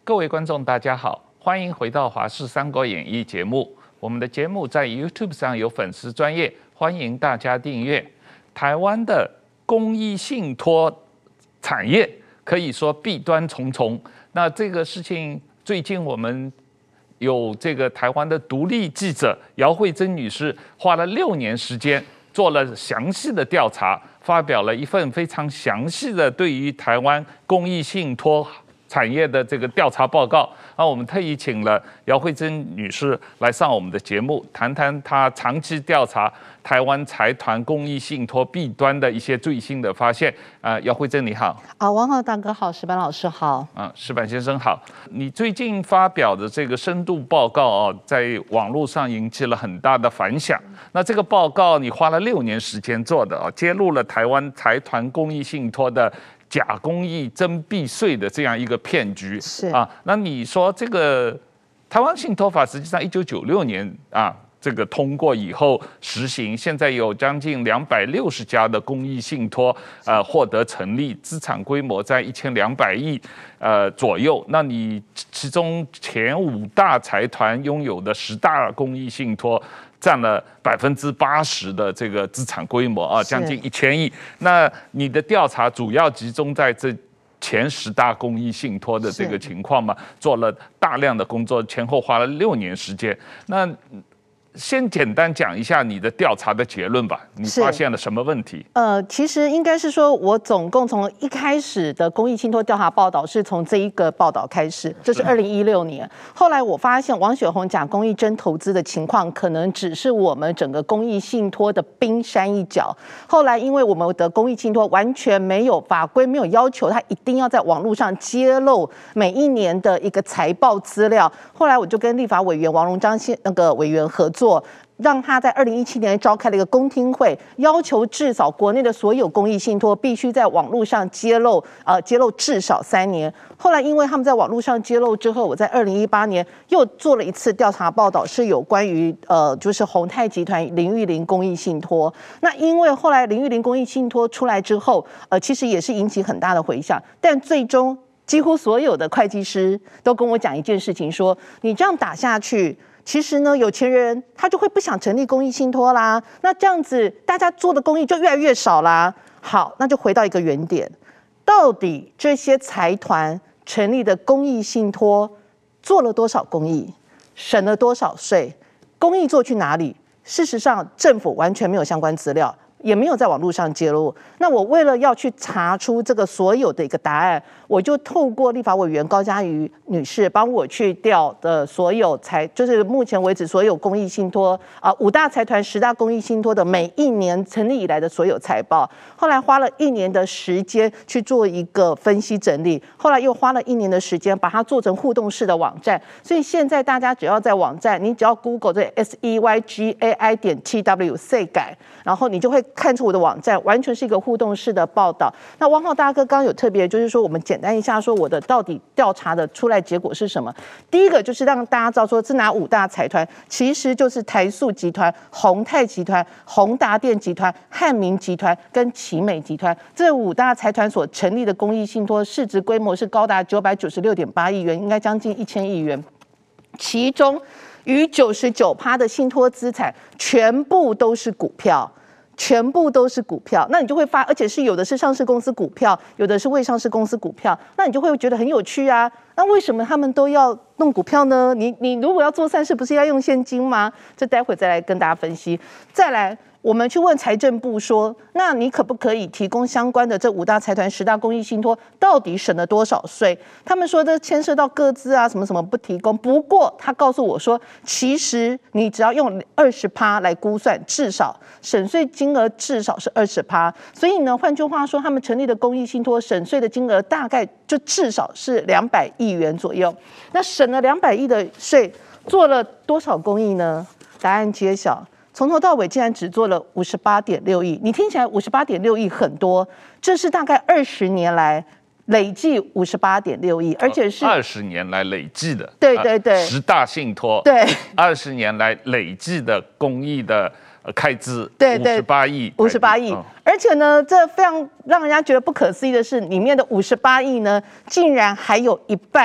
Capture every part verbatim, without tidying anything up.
各位观众，大家好，欢迎回到《华视三国演义》节目。我们的节目在 YouTube 上有粉丝专页，欢迎大家订阅。台湾的公益信托产业可以说弊端重重。那这个事情，最近我们有这个台湾的独立记者姚惠珍女士，花了六年时间做了详细的调查，发表了一份非常详细的对于台湾公益信托产业的这个调查报告。那我们特意请了姚惠珍女士来上我们的节目，谈谈她长期调查台湾财团公益信托弊端的一些最新的发现。啊，姚惠珍你好。 啊，王浩大哥好，石板老师好。 啊，石板先生好。你最近发表的这个深度报告啊，在网络上引起了很大的反响。那这个报告你花了六年时间做的啊，揭露了台湾财团公益信托的假公益真避税的这样一个骗局。 是啊，那你说这个台湾信托法实际上一九九六年啊。这个通过以后实行，现在有将近两百六十家的公益信托，呃，获得成立，资产规模在一千两百亿呃左右。那你其中前五大财团拥有的十大公益信托，占了百分之八十的这个资产规模啊，将近一千亿。那你的调查主要集中在这前十大公益信托的这个情况嘛，做了大量的工作，前后花了六年时间。那先简单讲一下你的调查的结论吧，你发现了什么问题？ 呃，其实应该是说，我总共从一开始的公益信托调查报道是从这一个报道开始，这是二零一六年。后来我发现王雪红假公益真投资的情况，可能只是我们整个公益信托的冰山一角。后来因为我们的公益信托完全没有法规，没有要求它一定要在网络上揭露每一年的一个财报资料。后来我就跟立法委员王荣章那个委员合作。让他在二零一七年召开了一个公听会，要求至少国内的所有公益信托必须在网络上揭露，呃，揭露至少三年。后来因为他们在网络上揭露之后，我在二零一八年又做了一次调查报道，是有关于呃，就是宏泰集团林玉玲公益信托。那因为后来林玉玲公益信托出来之后，呃，其实也是引起很大的回响，但最终几乎所有的会计师都跟我讲一件事情，说你这样打下去。其实呢，有钱人他就会不想成立公益信托啦，那这样子大家做的公益就越来越少啦。好，那就回到一个原点，到底这些财团成立的公益信托做了多少公益，省了多少税，公益做去哪里？事实上，政府完全没有相关资料。也没有在网络上揭露。那我为了要去查出这个所有的一个答案，我就透过立法委员高嘉瑜女士帮我去调的所有财，就是目前为止所有公益信托啊、呃、五大财团、十大公益信托的每一年成立以来的所有财报。后来花了一年的时间去做一个分析整理，后来又花了一年的时间把它做成互动式的网站。所以现在大家只要在网站，你只要 Google 这 S E Y G A I 点 T W 税改，然后你就会看出我的网站完全是一个互动式的报道。那汪浩大哥刚刚有特别就是说，我们简单一下说我的到底调查的出来结果是什么？第一个就是让大家知道说是哪五大财团，其实就是台塑集团、宏泰集团、宏达电集团、汉民集团跟奇美集团这五大财团所成立的公益信托，市值规模是高达九百九十六点八亿元，应该将近一千亿元，其中逾九十九趴的信托资产全部都是股票。全部都是股票，那你就会发，而且是有的是上市公司股票，有的是未上市公司股票，那你就会觉得很有趣啊。那为什么他们都要弄股票呢？你你如果要做善事，不是要用现金吗？这待会再来跟大家分析。再来，我们去问财政部说，那你可不可以提供相关的这五大财团、十大公益信托到底省了多少税？他们说这牵涉到个资啊，什么什么不提供。不过他告诉我说，其实你只要用二十趴来估算，至少省税金额至少是二十趴。所以呢，换句话说，他们成立的公益信托省税的金额大概就至少是两百亿元左右。那省了两百亿的税，做了多少公益呢？答案揭晓。从头到尾竟然只做了五十八点六亿，你听起来五十八点六亿很多，这是大概二十年来累计五十八点六亿，而且是二十年来累计的， 对对对， 十大信托， 对， 二十年来累计的公益的开支， 对对， 五十八亿， 五十八亿，而且呢，这非常让人家觉得不可思议的是，里面的五十八亿呢，竟然还有一半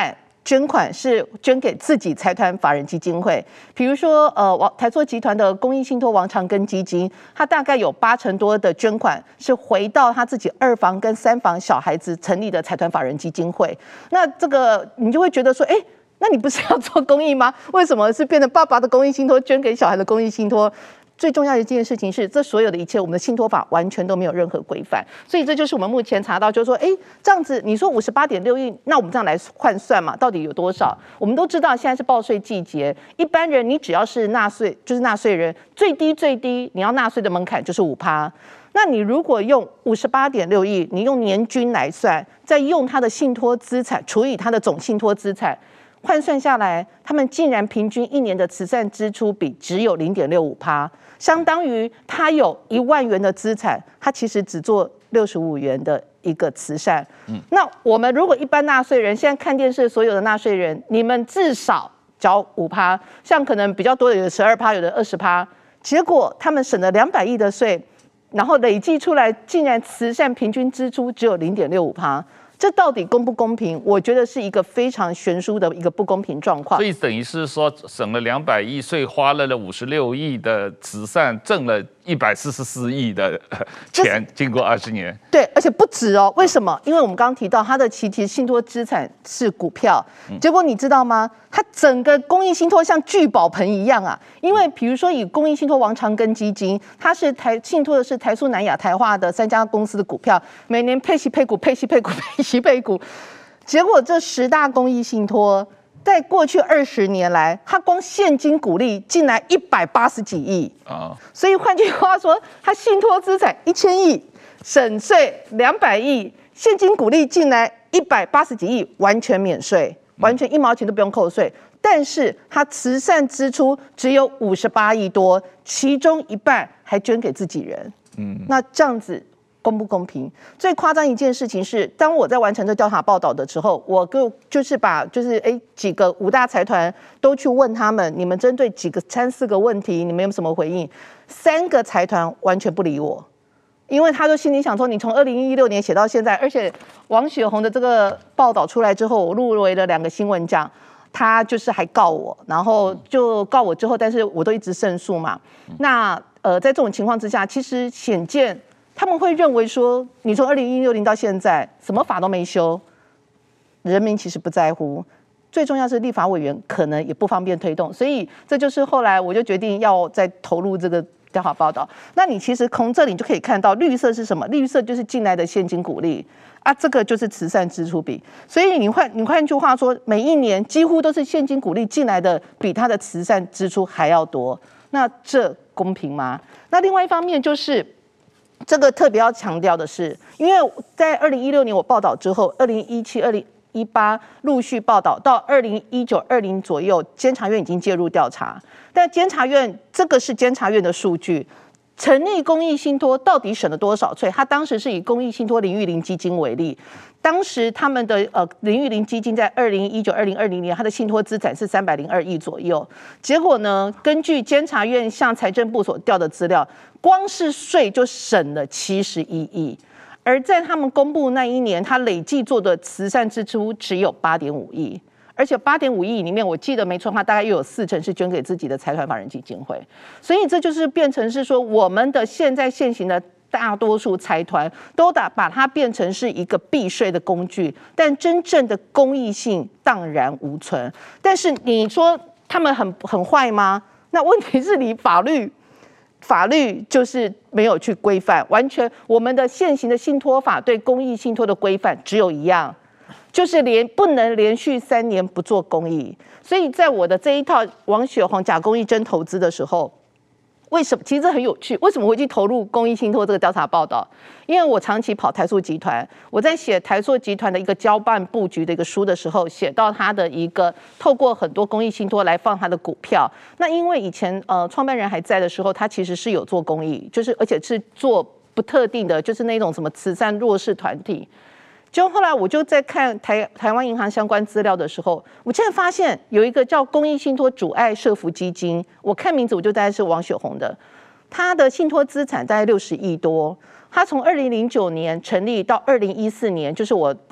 捐款是捐给自己财团法人基金会，比如说，呃，王台塑集团的公益信托王长庚基金，它大概有八成多的捐款是回到他自己二房跟三房小孩子成立的财团法人基金会。那这个你就会觉得说，哎，那你不是要做公益吗？为什么是变成爸爸的公益信托捐给小孩的公益信托？最重要的一件事情是，这所有的一切，我们的信托法完全都没有任何规范，所以这就是我们目前查到，就是说，哎，这样子，你说五十八点六亿，那我们这样来换算嘛，到底有多少？我们都知道现在是报税季节，一般人你只要是纳税，就是纳税人，最低最低你要纳税的门槛就是五趴。那你如果用五十八点六亿，你用年均来算，再用他的信托资产除以他的总信托资产。换算下来，他们竟然平均一年的慈善支出比只有零点六五趴，相当于他有一万元的资产，他其实只做六十五元的一个慈善。嗯，那我们如果一般纳税人，现在看电视所有的纳税人，你们至少缴五趴，像可能比较多的有十二趴，有的二十趴，结果他们省了两百亿的税，然后累计出来，竟然慈善平均支出只有零点六五趴。这到底公不公平？我觉得是一个非常悬殊的一个不公平状况。 所以等于是说，省了两百亿税，花了了五十六亿的慈善，挣了一百四十四亿的钱，经过二十年。 对，而且不止哦。为什么？因为我们刚刚提到，它的其实信托资产是股票，结果你知道吗？它整个公益信托像聚宝盆一样啊。因为比如说以公益信托王长庚基金，它是台信托的是台塑、南亚、台化的三家公司的股票，每年配息配股、配息配股、配息配股。结果这十大公益信托，在过去二十年来，它光现金股利进来一百八十几亿啊！所以换句话说，它信托资产一千亿，省税两百亿，现金股利进来一百八十几亿，完全免税，完全一毛钱都不用扣税。但是它慈善支出只有五十八亿多，其中一半还捐给自己人。嗯，那这样子公不公平？最夸张一件事情是，当我在完成这调查报道的时候，我就就是把就是哎几个五大财团都去问他们，你们针对几个三四个问题，你们有什么回应？三个财团完全不理我。因为他就心里想说，你从二零一六年写到现在，而且王雪红的这个报道出来之后，我入围了两个新闻奖，他就是还告我，然后就告我之后，但是我都一直胜诉嘛。那呃，在这种情况之下，其实显见他们会认为说，你从二零一六年到现在，什么法都没修，人民其实不在乎。最重要是立法委员可能也不方便推动，所以这就是后来我就决定要再投入这个调查报道。那你其实从这里就可以看到，绿色是什么？绿色就是进来的现金股利啊，这个就是慈善支出比。所以你换你换句话说，每一年几乎都是现金股利进来的比他的慈善支出还要多，那这公平吗？那另外一方面就是这个特别要强调的是，因为在二零一六年我报道之后，二零一七、二零一八陆续报道，到二零一九、二零左右，监察院已经介入调查。但监察院这个是监察院的数据，成立公益信托到底省了多少税？他当时是以公益信托林玉玲基金为例，当时他们的呃林玉玲基金在二零一九、二零二零年，它的信托资产是三百零二亿左右。结果呢，根据监察院向财政部所调的资料，光是税就省了七十一亿。而在他们公布那一年，他累计做的慈善支出只有八点五亿，而且八点五亿里面，我记得没错，他大概又有四成是捐给自己的财团法人基金会，所以这就是变成是说，我们的现在现行的大多数财团都打把它变成是一个避税的工具，但真正的公益性荡然无存。但是你说他们很很坏吗？那问题是你法律。法律就是没有去规范，完全我们的现行的信托法对公益信托的规范只有一样，就是连不能连续三年不做公益。所以在我的这一套王雪红假公益真投资的时候，为什么？其实这很有趣，为什么会去投入公益信托这个调查报道？因为我长期跑台塑集团，我在写台塑集团的一个交办布局的一个书的时候，写到他的一个透过很多公益信托来放他的股票。那因为以前呃创办人还在的时候，他其实是有做公益，就是而且是做不特定的，就是那种什么慈善弱势团体。就后来我就在看台台湾银行相关资料的时候，我竟然发现有一个叫公益信托主爱社福基金，我看名字我就大概是王雪红的，他的信托资产大概六十亿多。他从二零零九年成立到二零一四年，就是我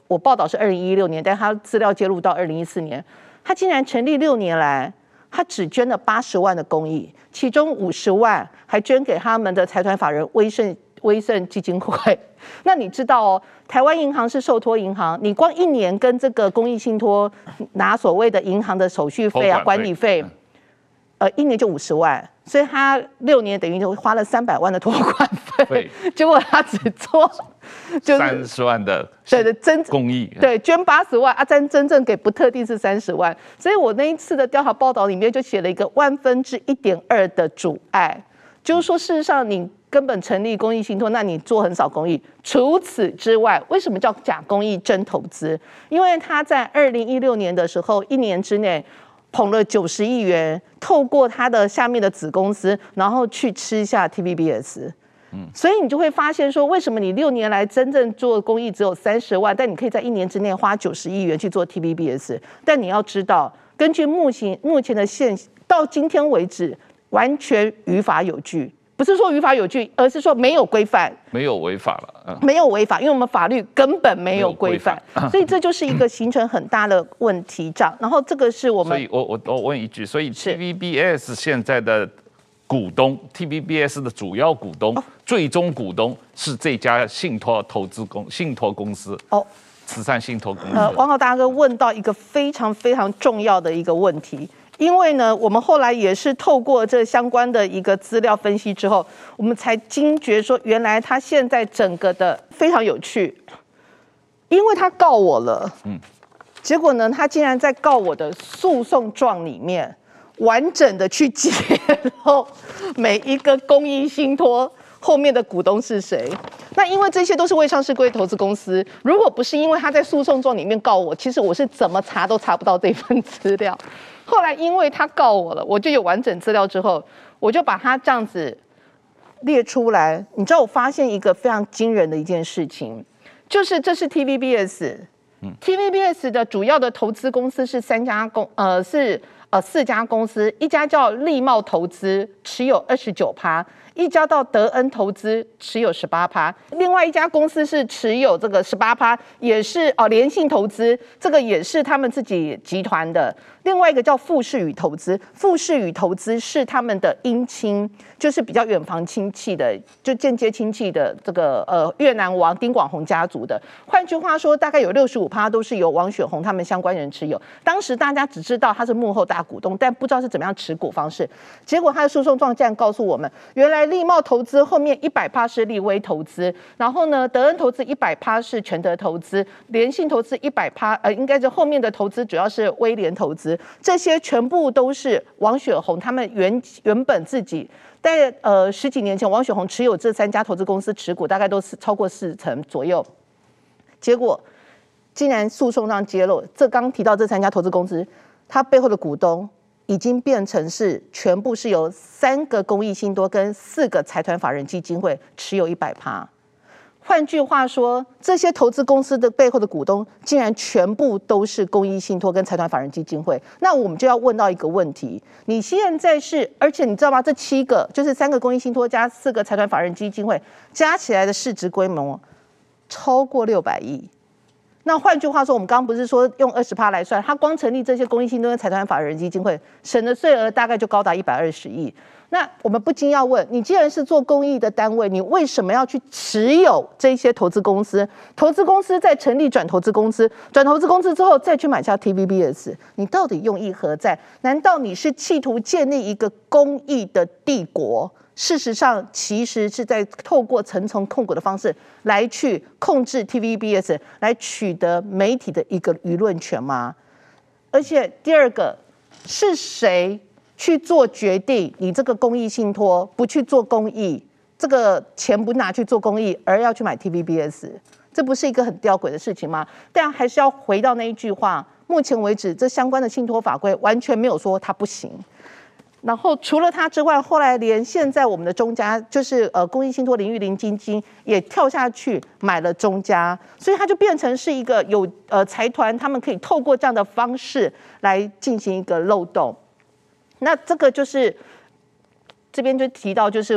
我报道是二零一六年，但他资料揭露到二零一四年，他竟然成立六年来，他只捐了八十万的公益，其中五十万还捐给他们的财团法人威盛威盛基金会。那你知道哦，台湾银行是受托银行，你光一年跟这个公益信托拿所谓的银行的手续费啊、管理费，呃，一年就五十万。所以他六年等于就花了三百万的托管费，结果他只做就是三十万的对的真公益， 对捐八十万啊，真真正给不特定是三十万。所以我那一次的调查报道里面就写了一个万分之一点二的阻碍，就是说事实上你根本成立公益信托，那你做很少公益。除此之外，为什么叫假公益真投资？因为他在二零一六年的时候，一年之内捧了九十亿元，透过他的下面的子公司，然后去吃下 T V B S。嗯，所以你就会发现说，为什么你六年来真正做公益只有三十万，但你可以在一年之内花九十亿元去做 T V B S？ 但你要知道，根据目前目前的现到今天为止，完全于法有据。不是说于法有据，而是说没有规范， 没有违法了，嗯、 没有违法，因为我们法律根本没有规范，所以这就是一个形成很大的问题障。然后这个是我们， 所以我我我问一句，所以 T V B S 现在的股东 ，T V B S 的主要股东、哦、最终股东是这家信托投资公信托公司哦，慈善信托公司。 呃，王老大哥问到一个非常非常重要的一个问题。因为呢，我们后来也是透过这相关的一个资料分析之后，我们才惊觉说，原来他现在整个的非常有趣，因为他告我了，嗯，结果呢，他竟然在告我的诉讼状里面，完整的去揭露每一个公益信托后面的股东是谁。那因为这些都是未上市柜投资公司，如果不是因为他在诉讼状里面告我，其实我是怎么查都查不到这份资料。后来因为他告我了，我就有完整资料之后，我就把它这样子列出来。你知道我发现一个非常惊人的一件事情，就是这是 T V B S， 嗯 ，T V B S 的主要的投资公司是三家公，呃是呃四家公司，一家叫利茂投资，持有二十九趴。一家到德恩投资持有十八趴，另外一家公司是持有这个十八趴，也是哦联信投资，这个也是他们自己集团的。另外一个叫富士宇投资，富士宇投资是他们的姻亲，就是比较远房亲戚的，就间接亲戚的这个呃越南王丁广宏家族的。换句话说，大概有六十五趴都是由王雪红他们相关人持有。当时大家只知道他是幕后大股东，但不知道是怎么样持股方式。结果他的诉讼状竟然告诉我们，原来利茂投资后面一百趴是立威投资，然后呢德恩投资一百趴是全德投资，联信投资一百趴，呃应该是后面的投资主要是威廉投资。这些全部都是王雪红他们原原本自己在呃十几年前，王雪红持有这三家投资公司持股大概都是超过四成左右。结果竟然诉讼上揭露，这刚提到这三家投资公司，它背后的股东已经变成是全部是由三个公益信托跟四个财团法人基金会持有一百趴。换句话说，这些投资公司的背后的股东竟然全部都是公益信托跟财团法人基金会。那我们就要问到一个问题：你现在是，而且你知道吗？这七个就是三个公益信托加四个财团法人基金会加起来的市值规模超过六百亿。那换句话说，我们刚刚不是说用二十趴来算，它光成立这些公益信托跟财团法人基金会，省的税额大概就高达一百二十亿。那我们不禁要问，你既然是做公益的单位，你为什么要去持有这些投资公司？投资公司再成立转投资公司，转投资公司之后再去买下 T V B S， 你到底用意何在？难道你是企图建立一个公益的帝国？事实上，其实是在透过层层控股的方式来去控制 T V B S， 来取得媒体的一个舆论权吗？而且第二个是谁去做决定，你这个公益信托不去做公益，这个钱不拿去做公益，而要去买 T V B S， 这不是一个很吊诡的事情吗？但还是要回到那一句话，目前为止，这相关的信托法规完全没有说它不行。然后除了它之外，后来连现在我们的中家，就是呃公益信托林玉玲基金也跳下去买了中家，所以它就变成是一个有呃财团，他们可以透过这样的方式来进行一个漏洞。那这个就是这边就提到，就是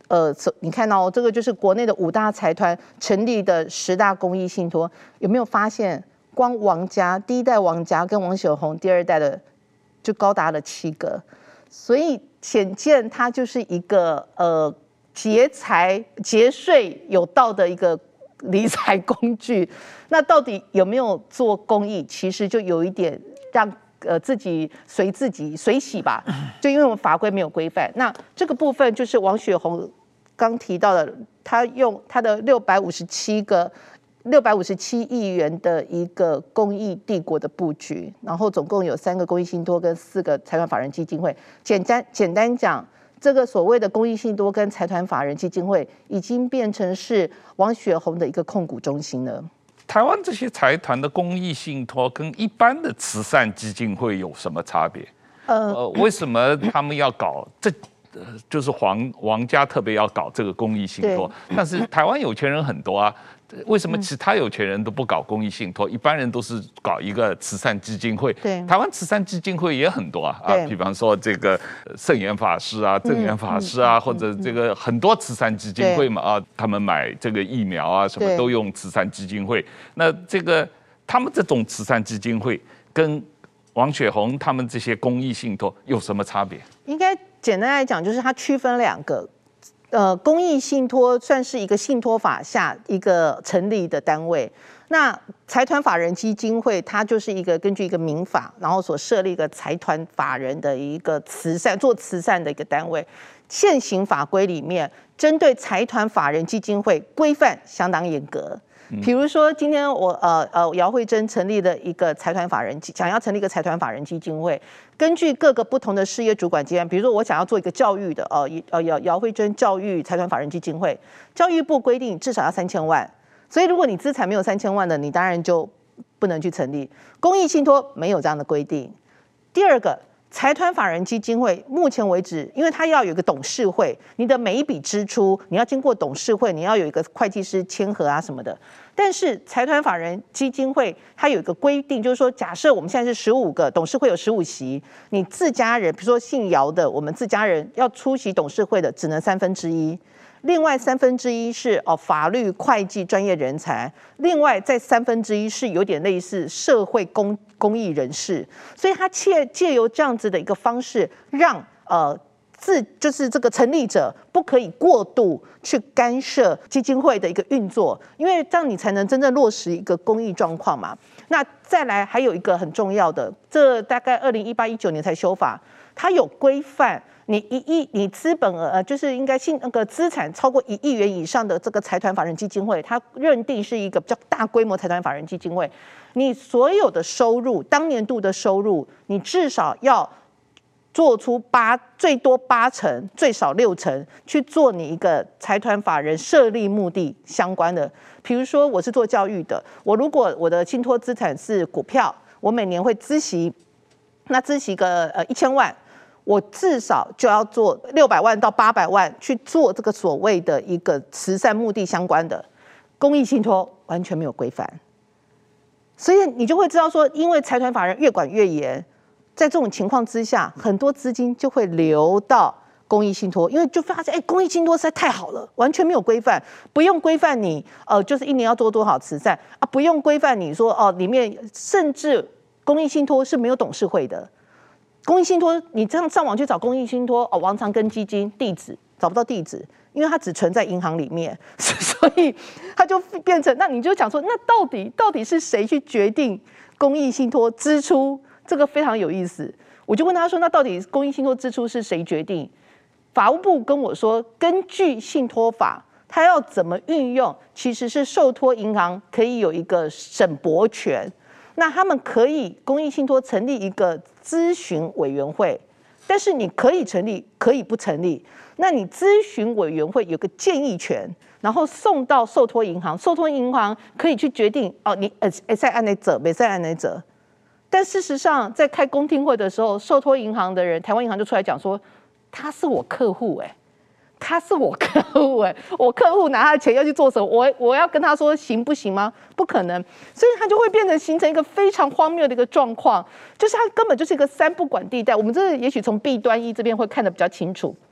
呃，你看到、哦、这个就是国内的五大财团成立的十大公益信托，有没有发现，光王家第一代王家跟王雪红第二代的就高达了七个，所以显见它就是一个呃节财节税有道的一个理财工具。那到底有没有做公益，其实就有一点让呃自己随自己随喜吧，就因为我们法规没有规范。那这个部分就是王雪红刚提到的，他用他的六百五十七个六百五十七亿元的一个公益帝国的布局，然后总共有三个公益信托跟四个财团法人基金会。简单简单讲，这个所谓的公益信托跟财团法人基金会已经变成是王雪红的一个控股中心了。 台湾这些财团的公益信托跟一般的慈善基金会有什么差别？呃，呃为什么他们要搞这？就是皇王家特别要搞这个公益信托，但是台湾有钱人很多啊，为什么其他有钱人都不搞公益信托？一般人都是搞一个慈善基金会。对，台湾慈善基金会也很多啊，啊，比方说这个圣严法师啊、正言法师啊，或者这个很多慈善基金会嘛啊，他们买这个疫苗啊什么都用慈善基金会。那这个他们这种慈善基金会跟王雪红他们这些公益信托有什么差别？ 应该简单来讲，就是它区分两个，呃，公益信托算是一个信托法下一个成立的单位，那财团法人基金会它就是一个根据一个民法，然后所设立一个财团法人的一个慈善做慈善的一个单位。现行法规里面，针对财团法人基金会规范相当严格。比如说，今天我呃呃姚慧珍成立了一个财团法人，想要成立一个财团法人基金会，根据各个不同的事业主管机关，比如说我想要做一个教育的，呃呃姚姚慧珍教育财团法人基金会，教育部规定至少要三千万，所以如果你资产没有三千万的，你当然就不能去成立。公益信托没有这样的规定。第二个。财团法人基金会目前为止，因为它要有一个董事会，你的每一笔支出你要经过董事会，你要有一个会计师签核啊什么的。但是财团法人基金会它有一个规定，就是说，假设我们现在是十五个董事会有十五席，你自家人，比如说姓姚的，我们自家人要出席董事会的只能三分之一。另外三分之一是哦法律会计专业人才，另外再三分之一是有点类似社会公公益人士，所以他借借由这样子的一个方式，让呃自就是这个成立者不可以过度去干涉基金会的一个运作，因为这样你才能真正落实一个公益状况嘛。那再来还有一个很重要的，这大概二零一八一九年才修法，它有规范。你一亿，你资本额就是应该信那个资产超过一亿元以上的这个财团法人基金会，它认定是一个比较大规模财团法人基金会。你所有的收入，当年度的收入，你至少要做出八，最多八成，最少六成去做你一个财团法人设立目的相关的。比如说，我是做教育的，我如果我的信托资产是股票，我每年会孳息，那孳息个呃一千万。我至少就要做六百万到八百万去做这个所谓的一个慈善目的相关的公益信托，完全没有规范，所以你就会知道说，因为财团法人越管越严，在这种情况之下，很多资金就会流到公益信托，因为就发现哎，公益信托实在太好了，完全没有规范，不用规范你呃，就是一年要做多少慈善啊，不用规范你说哦，里面甚至公益信托是没有董事会的。公益信托，你这样上网去找公益信托哦，王长庚基金地址找不到地址，因为它只存在银行里面，所以它就变成，那你就想说，那到底到底是谁去决定公益信托支出？这个非常有意思。我就问他说，那到底公益信托支出是谁决定？法务部跟我说，根据信托法，它要怎么运用，其实是受托银行可以有一个审驳权。那他们可以公益信托成立一个咨询委员会，但是你可以成立，可以不成立。那你咨询委员会有个建议权，然后送到受托银行，受托银行可以去决定哦，你呃在按哪者，没在按哪者。但事实上，在开公听会的时候，受托银行的人，台湾银行就出来讲说，他是我客户哎、欸。他是我客户哎，我客户拿他的钱要去做什么？我我要跟他说行不行吗？不可能，所以他就会变成形成一个非常荒谬的一个状况，就是他根本就是一个三不管地带。我们这也许从弊端一这边会看得比较清楚。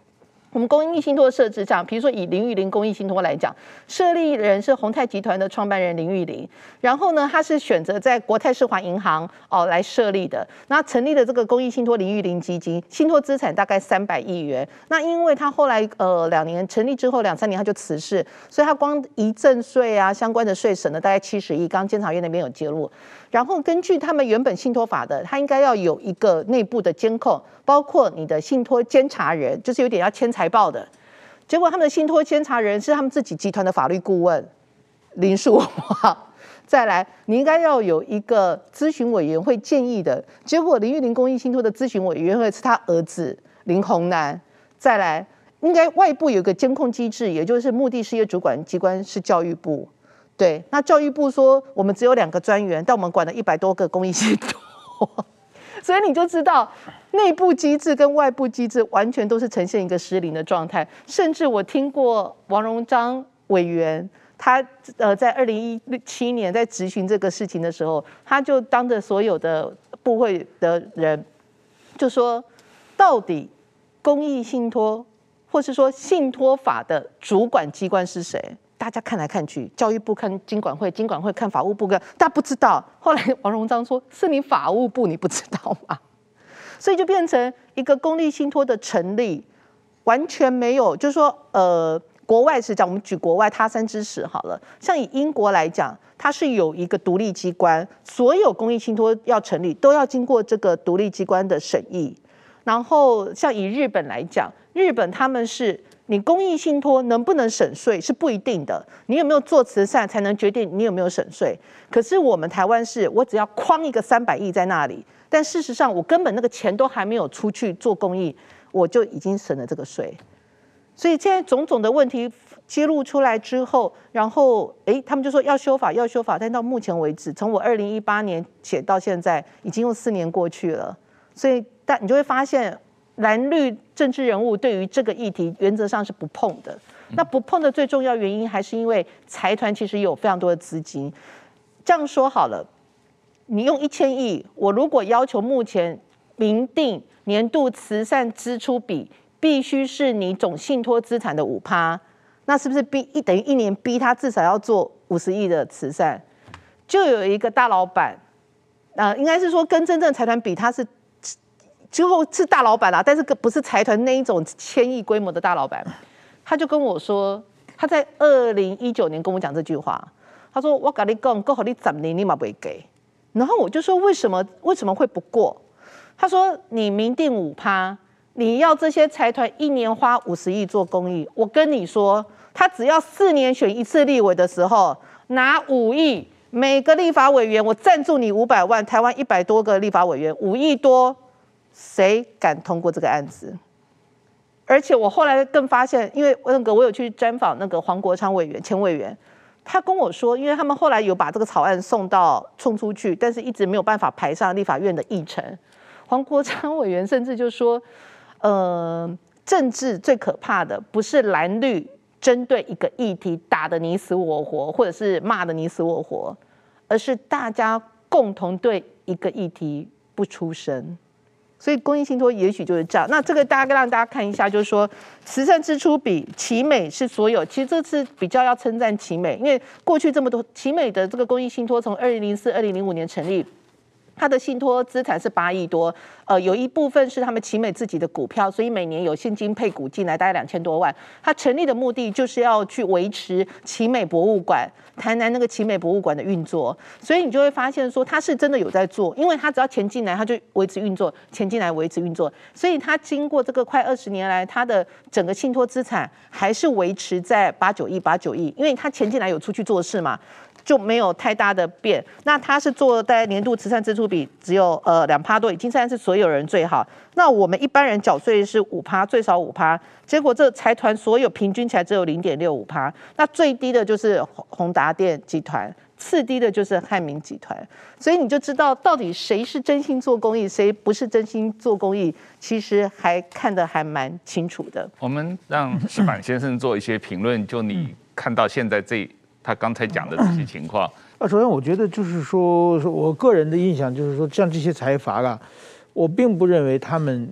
我们公益信托设置上，比如说以林玉玲公益信托来讲，设立人是宏泰集团的创办人林玉玲，然后呢，他是选择在国泰世华银行哦来设立的，那成立的这个公益信托林玉玲基金，信托资产大概三百亿元。那因为他后来呃两年成立之后两三年他就辞世，所以他光遗赠税啊相关的税省了大概七十亿，刚刚监察院那边有揭露。然后根据他们原本信托法的，他应该要有一个内部的监控，包括你的信托监察人，就是有点要签财报的。结果他们的信托监察人是他们自己集团的法律顾问林树华。再来，你应该要有一个咨询委员会建议的。结果林玉玲公益信托的咨询委员会是他儿子林宏南。再来，应该外部有一个监控机制，也就是目的事业主管机关是教育部。对，那教育部说我们只有两个专员，但我们管了一百多个公益信托，所以你就知道内部机制跟外部机制完全都是呈现一个失灵的状态。甚至我听过王荣章委员，他呃在二零一七年在质询这个事情的时候，他就当着所有的部会的人，就说到底公益信托或是说信托法的主管机关是谁？大家看来看去，教育部看金管会，金管会看法务部，大家不知道。后来王荣章说：“是你法务部，你不知道吗？”所以就变成一个公立信托的成立，完全没有，就是说，呃，国外是讲，我们举国外他山之石好了。像以英国来讲，它是有一个独立机关，所有公益信托要成立，都要经过这个独立机关的审议。然后像以日本来讲，日本他们是。你公益信托能不能省税是不一定的，你有没有做慈善才能决定你有没有省税。可是我们台湾是，我只要框一个三百亿在那里，但事实上我根本那个钱都还没有出去做公益，我就已经省了这个税。所以现在种种的问题揭露出来之后，然后哎，他们就说要修法，要修法，但到目前为止，从我二零一八年写到现在，已经用四年过去了，所以但你就会发现。蓝绿政治人物对于这个议题原则上是不碰的。那不碰的最重要原因还是因为财团其实有非常多的资金。这样说好了，你用一千亿，我如果要求目前明定年度慈善支出比必须是你总信托资产的五趴，那是不是逼一等于一年逼他至少要做五十亿的慈善？就有一个大老板，呃，应该是说跟真正财团比，他是。之后是大老板啦、啊，但是不是财团那一种千亿规模的大老板，他就跟我说，他在二零一九年跟我讲这句话，他说我跟你讲，够好你十年你嘛不会给，然后我就说为什么为什么会不过？他说你明定五趴，你要这些财团一年花五十亿做公益，我跟你说，他只要四年选一次立委的时候拿五亿，每个立法委员我赞助你五百万，台湾一百多个立法委员五亿多。谁敢通过这个案子？而且我后来更发现，因为那个我有去专访那个黄国昌委员前委员，他跟我说，因为他们后来有把这个草案送到送出去，但是一直没有办法排上立法院的议程。黄国昌委员甚至就说，呃，政治最可怕的不是蓝绿针对一个议题打得你死我活，或者是骂得你死我活，而是大家共同对一个议题不出声。所以公益信托也许就是这样。那这个大家让大家看一下，就是说慈善支出比奇美是所有，其实这次比较要称赞奇美，因为过去这么多奇美的这个公益信托从二零零四、二零零五年成立。它的信托资产是八亿多，呃，有一部分是他们奇美自己的股票，所以每年有现金配股进来大概两千多万。它成立的目的就是要去维持奇美博物馆，台南那个奇美博物馆的运作，所以你就会发现说它是真的有在做，因为它只要钱进来，它就维持运作，钱进来维持运作，所以它经过这个快二十年来，它的整个信托资产还是维持在八九亿、八九亿，因为它钱进来有出去做事嘛。就没有太大的变。那他是做大概年度慈善支出比只有呃两趴多，已经算是所有人最好。那我们一般人缴税是五趴，最少五趴，结果这财团所有平均起来只有零点六五趴。那最低的就是宏达电集团，次低的就是汉民集团。所以你就知道到底谁是真心做公益，谁不是真心做公益，其实还看得还蛮清楚的。 我们让矢板先生做一些评论，就你看到现在这。他刚才讲的这些情况啊，首先我觉得就是说，我个人的印象就是说，像这些财阀啊，我并不认为他们本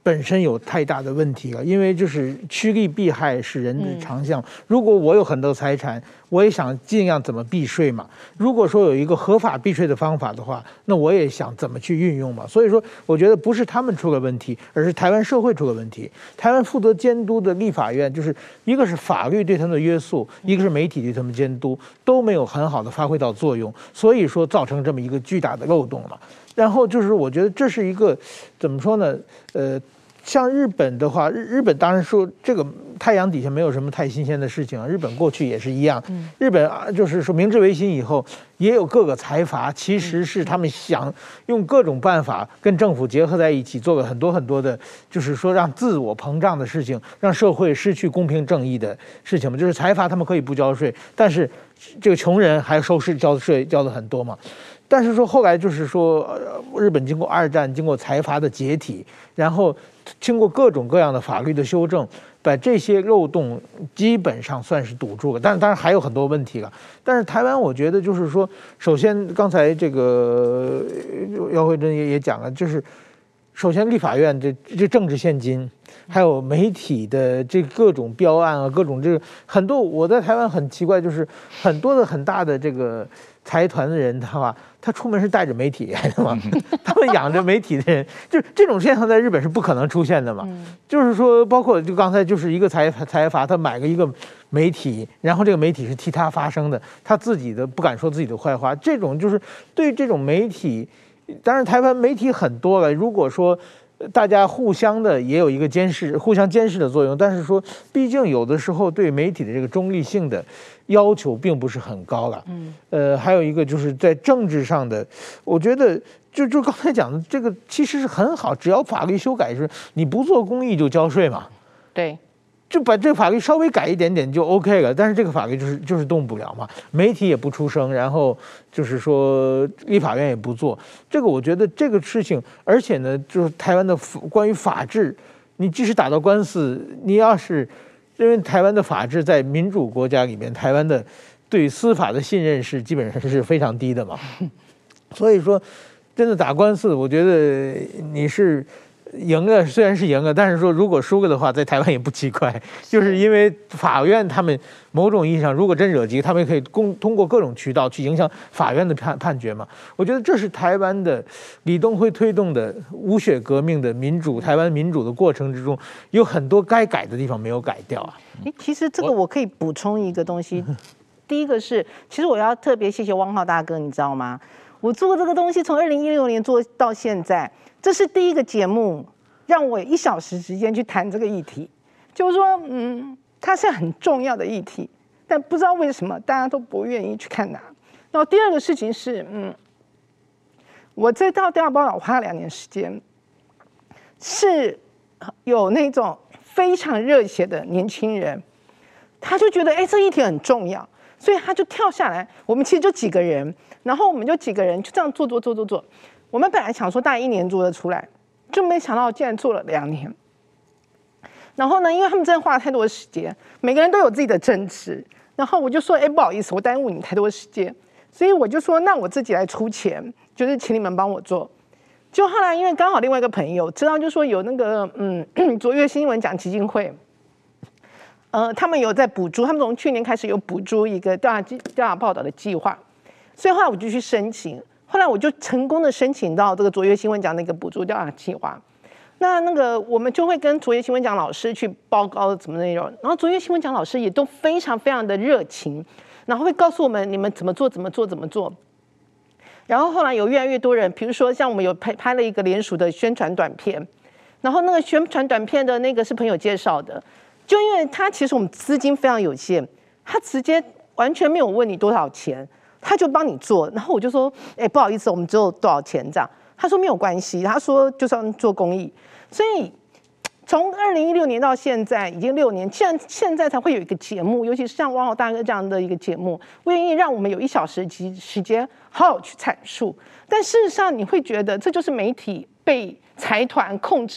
本身有太大的问题了，因为就是趋利避害是人的长项。如果我有很多财产，我也想尽量怎么避税嘛。如果说有一个合法避税的方法的话，那我也想怎么去运用嘛。所以说，我觉得不是他们出了问题，而是台湾社会出了问题。台湾负责监督的立法院，就是一个是法律对他们的约束，一个是媒体对他们监督，都没有很好的发挥到作用，所以说造成这么一个巨大的漏洞嘛。然后就是，我觉得这是一个怎么说呢？呃，像日本的话，日日本当然说这个太阳底下没有什么太新鲜的事情啊。日本过去也是一样，日本啊，就是说明治维新以后，也有各个财阀，其实是他们想用各种办法跟政府结合在一起，做了很多很多的，就是说让自我膨胀的事情，让社会失去公平正义的事情嘛。就是财阀他们可以不交税，但是这个穷人还收税交税交的很多嘛。但是说后来就是说，日本经过二战，经过财阀的解体，然后经过各种各样的法律的修正，把这些漏洞基本上算是堵住了。但是当然还有很多问题了。但是台湾我觉得就是说，首先刚才这个姚惠珍也也讲了，就是首先立法院这这政治现金，还有媒体的这各种标案啊，各种这个很多，我在台湾很奇怪，就是很多的很大的这个财团的人，他吧，他出门是带着媒体来的嘛，他们养着媒体的人，就这种现象在日本是不可能出现的嘛。就是说，包括就刚才就是一个财财阀，他买个一个媒体，然后这个媒体是替他发声的，他自己的不敢说自己的坏话，这种就是对这种媒体。当然，台湾媒体很多了。如果说大家互相的也有一个监视、互相监视的作用，但是说，毕竟有的时候对媒体的这个中立性的要求并不是很高了。嗯，呃，还有一个就是在政治上的，我觉得就就刚才讲的这个其实是很好，只要法律修改是，你不做公益就交税嘛。 对。 就把这个法律稍微改一点点就 OK 了，但是这个法律就是就是动不了嘛，媒体也不出声，然后就是说立法院也不做，这个我觉得这个事情，而且呢，就是台湾的关于法治，你即使打到官司，你要是因为台湾的法治在民主国家里面，台湾的对司法的信任是基本上是非常低的嘛，所以说真的打官司，我觉得你是。赢了虽然是赢了，但是说如果输了的话，在台湾也不奇怪，就是因为法院他们某种意义上，如果真惹急，他们可以公通过各种渠道去影响法院的判判决嘛。我觉得这是台湾的李登辉推动的无血革命的民主，台湾民主的过程之中，有很多该改的地方没有改掉啊。 其实这个我可以补充一个东西，第一个是，其实我要特别谢谢汪浩大哥，你知道吗？我做这个东西从二零一六年做到现在。这是第一个节目，让我有一小时时间去谈这个议题，就是说，嗯，它是很重要的议题，但不知道为什么大家都不愿意去看它。然后第二个事情是，嗯，我这套调查报道花了两年时间，是有那种非常热血的年轻人，他就觉得，哎，这议题很重要，所以他就跳下来。我们其实就几个人，然后我们就几个人就这样做做做做做。我们本来想说大概一年做得出来，就没想到竟然做了两年。然后呢，因为他们真的花了太多的时间，每个人都有自己的争执。然后我就说，哎，不好意思，我耽误你们太多时间，所以我就说，那我自己来出钱，就是请你们帮我做。就后来因为刚好另外一个朋友知道，就说有那个嗯卓越新闻奖基金会，呃，他们有在补助，他们从去年开始有补助一个调查调查报道的计划，所以后来我就去申请。后来我就成功的申请到这个卓越新闻奖的一个补助调查计划，那那个我们就会跟卓越新闻奖老师去报告什么内容，然后卓越新闻奖老师也都非常非常的热情，然后会告诉我们你们怎么做怎么做怎么做。然后后来有越来越多人，比如说像我们有拍拍了一个联署的宣传短片，然后那个宣传短片的那个是朋友介绍的，就因为他其实我们资金非常有限，他直接完全没有问你多少钱。他就帮你做，然后我就说，哎，不好意思，我们只有多少钱这样？他说没有关系，他说就是要做公益，所以从二零一六年到现在已经六年，现现在才会有一个节目，尤其是像汪浩大哥这样的一个节目，愿意让我们有一小时时间好好去阐述。但事实上，你会觉得这就是媒体被财团控制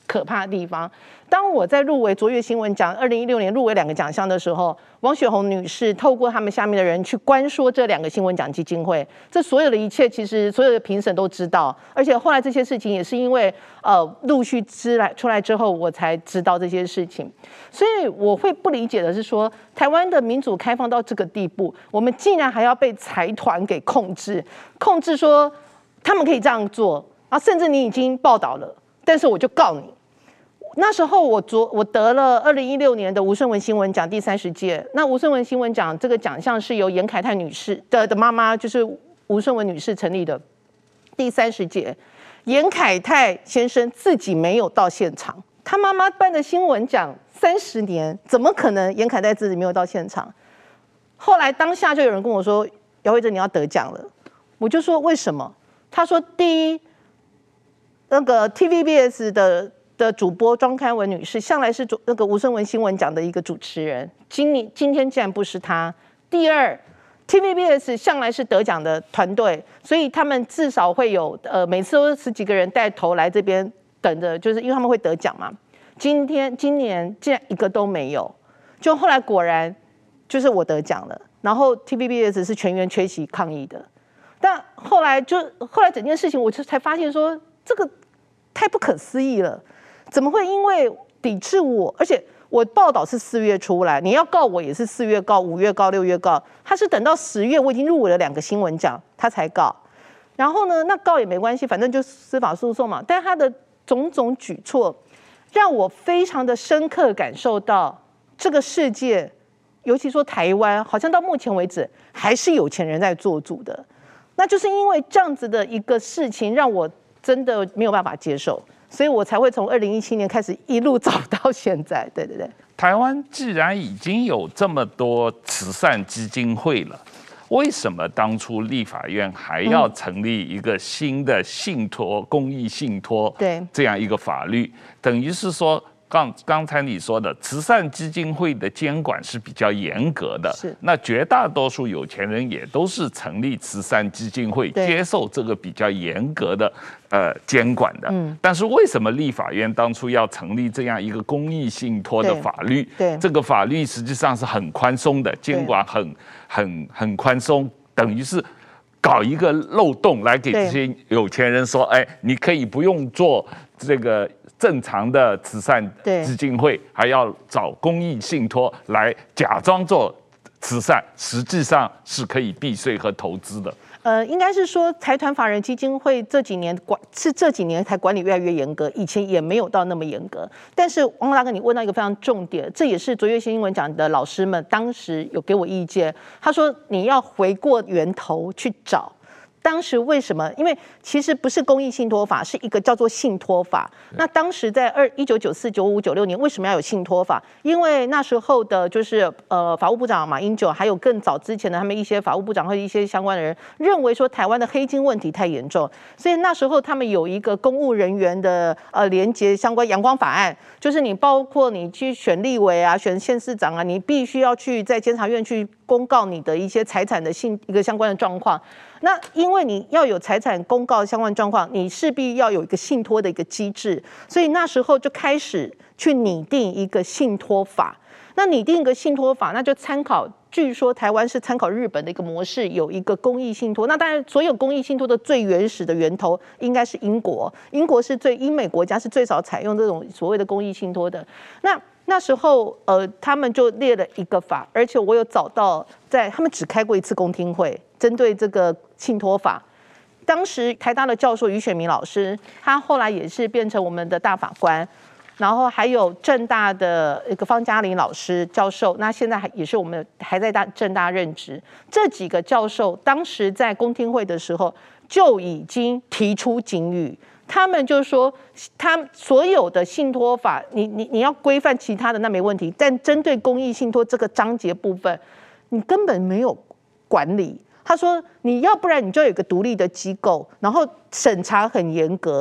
可怕的地方。当我在入围卓越新闻奖二零一六年入围两个奖项的时候，王雪红女士透过他们下面的人去关说这两个新闻奖基金会，这所有的一切其实所有的评审都知道，而且后来这些事情也是因为呃陆续知来出来之后，我才知道这些事情。所以我会不理解的是说，台湾的民主开放到这个地步，我们竟然还要被财团给控制，控制说他们可以这样做啊，甚至你已经报道了，但是我就告你。那时候我昨我得了二零一六年的吴声文新闻奖第三十届。那吴声文新闻奖这个奖项是由严凯泰女士的的妈妈，就是吴声文女士成立的第三十届。严凯泰先生自己没有到现场，他妈妈办的新闻奖三十年，怎么可能严凯泰自己没有到现场？后来当下就有人跟我说：“姚惠珍你要得奖了。”我就说为什么？他说第一，那个 T V B S 的。的主播庄开文女士向来是那个吴声文新闻奖的一个主持人，今年今天竟然不是她。第二 ，T V B S 向来是得奖的团队，所以他们至少会有呃每次都是十几个人带头来这边等着，就是因为他们会得奖嘛。今天今年竟然一个都没有，就后来果然就是我得奖了，然后 T V B S 是全员缺席抗议的。但后来就后来整件事情，我就才发现说这个太不可思议了。怎么会因为抵制我，而且我报道是四月出来，你要告我也是四月告、五月告、六月告，他是等到十月我已经入围了两个新闻奖，他才告。然后呢，那告也没关系，反正就司法诉讼嘛。但他的种种举措，让我非常的深刻感受到这个世界，尤其说台湾，好像到目前为止还是有钱人在做主的。那就是因为这样子的一个事情，让我真的没有办法接受。所以我才会从二零一七年开始一路走到现在，对对对。 台湾既然已经有这么多慈善基金会了，为什么当初立法院还要成立一个新的信托、公益信托对这样一个法律？等于是说，刚刚才你说的，慈善基金会的监管是比较严格的， 是那绝大多数有钱人也都是成立慈善基金会，接受这个比较严格的呃监管的。嗯，但是为什么立法院当初要成立这样一个公益信托的法律？ 对， 这个法律实际上是很宽松的，监管很很很宽松，等于是搞一个漏洞来给这些有钱人说，哎，你可以不用做这个正常的慈善基金会，还要找公益信托来假装做慈善，实际上是可以避税和投资的。 呃，应该是说财团法人基金会这几年管是这几年才管理越来越严格，以前也没有到那么严格。但是王大哥，你问到一个非常重点，这也是卓越新闻奖的老师们当时有给我意见，他说你要回过源头去找。当时为什么？因为其实不是公益信托法，是一个叫做信托法。那当时在二一九九四、九五、九六年，为什么要有信托法？因为那时候的就是呃法务部长马英九，还有更早之前的他们一些法务部长和一些相关的人，认为说台湾的黑金问题太严重，所以那时候他们有一个公务人员的呃连结相关阳光法案，就是你包括你去选立委啊、选县市长啊，你必须要去在监察院去公告你的一些财产的信一个相关的状况。那因为你要有财产公告相关状况，你势必要有一个信托的一个机制，所以那时候就开始去拟定一个信托法。那拟定一个信托法，那就参考，据说台湾是参考日本的一个模式，有一个公益信托。那当然，所有公益信托的最原始的源头应该是英国，英国是最英美国家是最早采用这种所谓的公益信托的。那那时候，呃，他们就列了一个法，而且我有找到在，在他们只开过一次公听会，针对这个信托法。当时台大的教授于雪明老师，他后来也是变成我们的大法官。然后还有政大的一个方嘉玲老师教授，那现在还也是我们还在大政大任职。这几个教授当时在公听会的时候就已经提出警语，他们就说，他所有的信托法，你你你要规范其他的那没问题，但针对公益信托这个章节部分，你根本没有管理。他说，你要不然你就有一个独立的机构，然后审查很严格。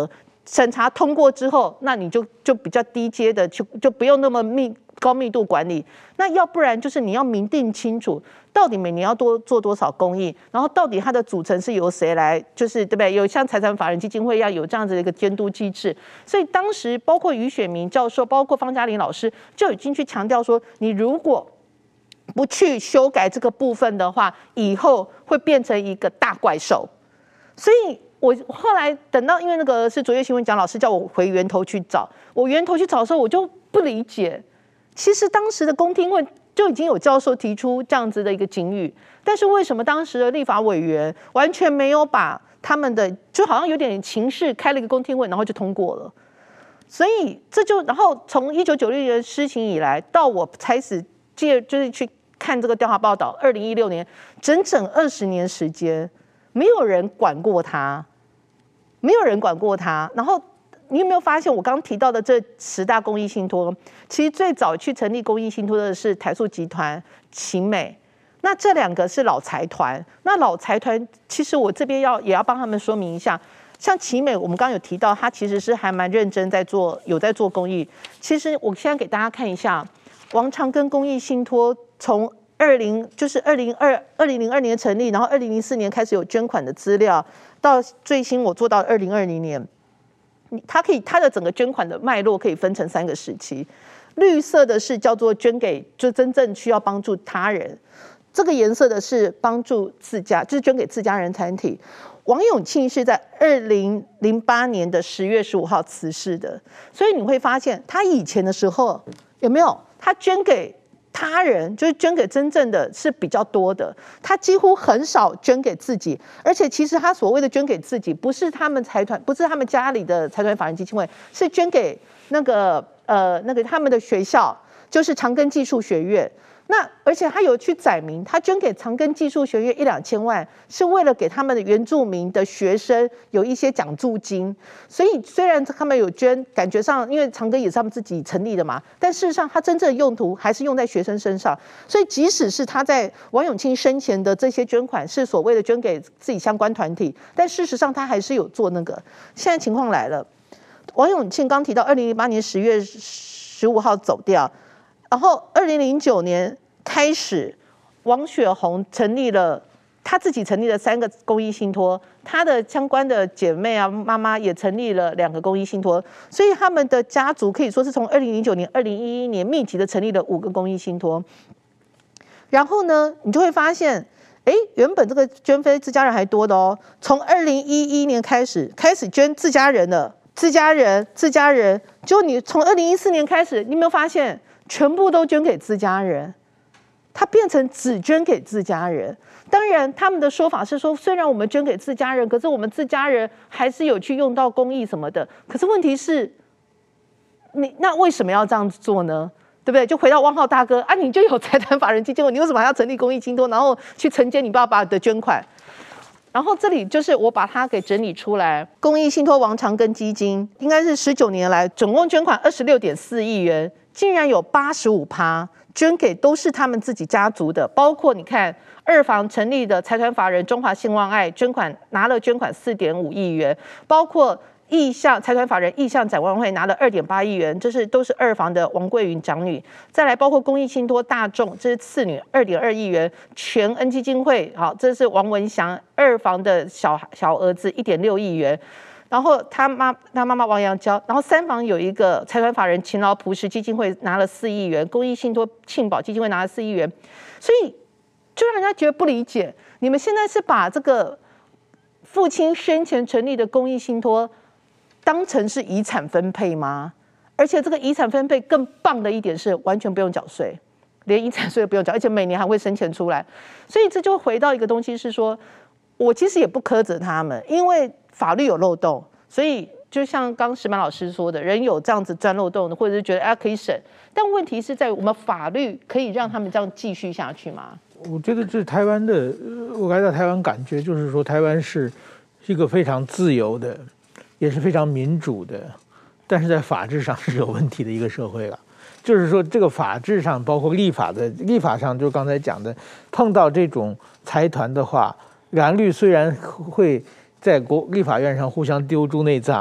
审查通过之后，那你就就比较低阶的，就就不用那么密高密度管理。那要不然就是你要明定清楚，到底每年要多做多少公益，然后到底它的组成是由谁来，就是对不对？有像财产法人基金会要有这样子的一个监督机制。所以当时包括于雪明教授，包括方嘉玲老师就已经去强调说，你如果不去修改这个部分的话，以后会变成一个大怪兽。所以我后来等到，因为那个是卓越新闻奖老师叫我回源头去找，我源头去找的时候，我就不理解，其实当时的公听会就已经有教授提出这样子的一个警语，但是为什么当时的立法委员完全没有把他们的，就好像有点情势开了一个公听会，然后就通过了。所以这就，然后从一九九六年施行以来，到我开始借就是去看这个调查报道，二零一六年整整二十年时间。没有人管过他，没有人管过他。然后你有没有发现，我刚刚提到的这十大公益信托，其实最早去成立公益信托的是台塑集团、奇美，那这两个是老财团。那老财团，其实我这边要也要帮他们说明一下，像奇美，我们刚刚有提到，他其实是还蛮认真在做，有在做公益。其实我现在给大家看一下，王长庚公益信托从二零就是二零二二零零二年成立，然后二零零四年开始有捐款的资料，到最新我做到二零二零年，它可以它的整个捐款的脉络可以分成三个时期。绿色的是叫做捐给就真正需要帮助他人，这个颜色的是帮助自家，就是捐给自家人团体。王永庆是在二零零八年的十月十五号辞世的，所以你会发现他以前的时候有没有他捐给他人，就是捐给真正的是比较多的，他几乎很少捐给自己。而且其实他所谓的捐给自己，不是他们财团，不是他们家里的财团法人基金会，是捐给那个呃那个他们的学校，就是长庚技术学院。那而且他有去载明，他捐给长庚技术学院一两千万，是为了给他们的原住民的学生有一些奖助金。所以虽然他们有捐，感觉上因为长庚也是他们自己成立的嘛，但事实上他真正的用途还是用在学生身上。所以即使是他在王永庆生前的这些捐款是所谓的捐给自己相关团体，但事实上他还是有做那个。现在情况来了，王永庆刚提到二零零八年十月十五号走掉。然后，二零零九年开始，王雪红成立了，她自己成立了三个公益信托，她的相关的姐妹啊、妈妈也成立了两个公益信托，所以他们的家族可以说是从二零零九年、二零一一年密集的成立了五个公益信托。然后呢，你就会发现，哎，原本这个捐非自家人还多的哦，从二零一一年开始开始捐自家人了，自家人、自家人，就你从二零一四年开始，你有没有发现？全部都捐给自家人，它变成只捐给自家人。当然，他们的说法是说，虽然我们捐给自家人，可是我们自家人还是有去用到公益什么的。可是问题是，你那为什么要这样子做呢？对不对？就回到汪浩大哥啊，你就有财团法人基金会，你为什么还要成立公益信托，然后去承接你爸爸的捐款？然后这里就是我把它给整理出来，公益信托王长庚基金应该是十九年来总共捐款二十六点四亿元。竟然有八十五趴捐给都是他们自己家族的，包括你看二房成立的财团法人中华兴旺爱捐款拿了捐款四点五亿元，包括意向财团法人意向展望会拿了二点八亿元，这是都是二房的王桂云长女。再来包括公益信托大众，这是次女二点二亿元，全恩基金会好，这是王文祥二房的小小儿子一点六亿元。然后他妈他妈妈王阳娇，然后三房有一个财团法人勤劳朴实基金会拿了四亿元，公益信托庆保基金会拿了四亿元，所以就让人家觉得不理解，你们现在是把这个父亲生前成立的公益信托当成是遗产分配吗？而且这个遗产分配更棒的一点是完全不用缴税，连遗产税都不用缴，而且每年还会生钱出来，所以这就回到一个东西是说，我其实也不苛责他们，因为法律有漏洞，所以就像刚石板老师说的，人有这样子钻漏洞的，或者是觉得啊可以省，但问题是在我们法律可以让他们这样继续下去吗？ 我觉得这台湾的，我来到台湾感觉就是说，台湾是一个非常自由的，也是非常民主的，但是在法治上是有问题的一个社会了。就是说，这个法治上，包括立法的立法上，就刚才讲的，碰到这种财团的话，蓝绿虽然会在国立法院上互相丢猪内脏，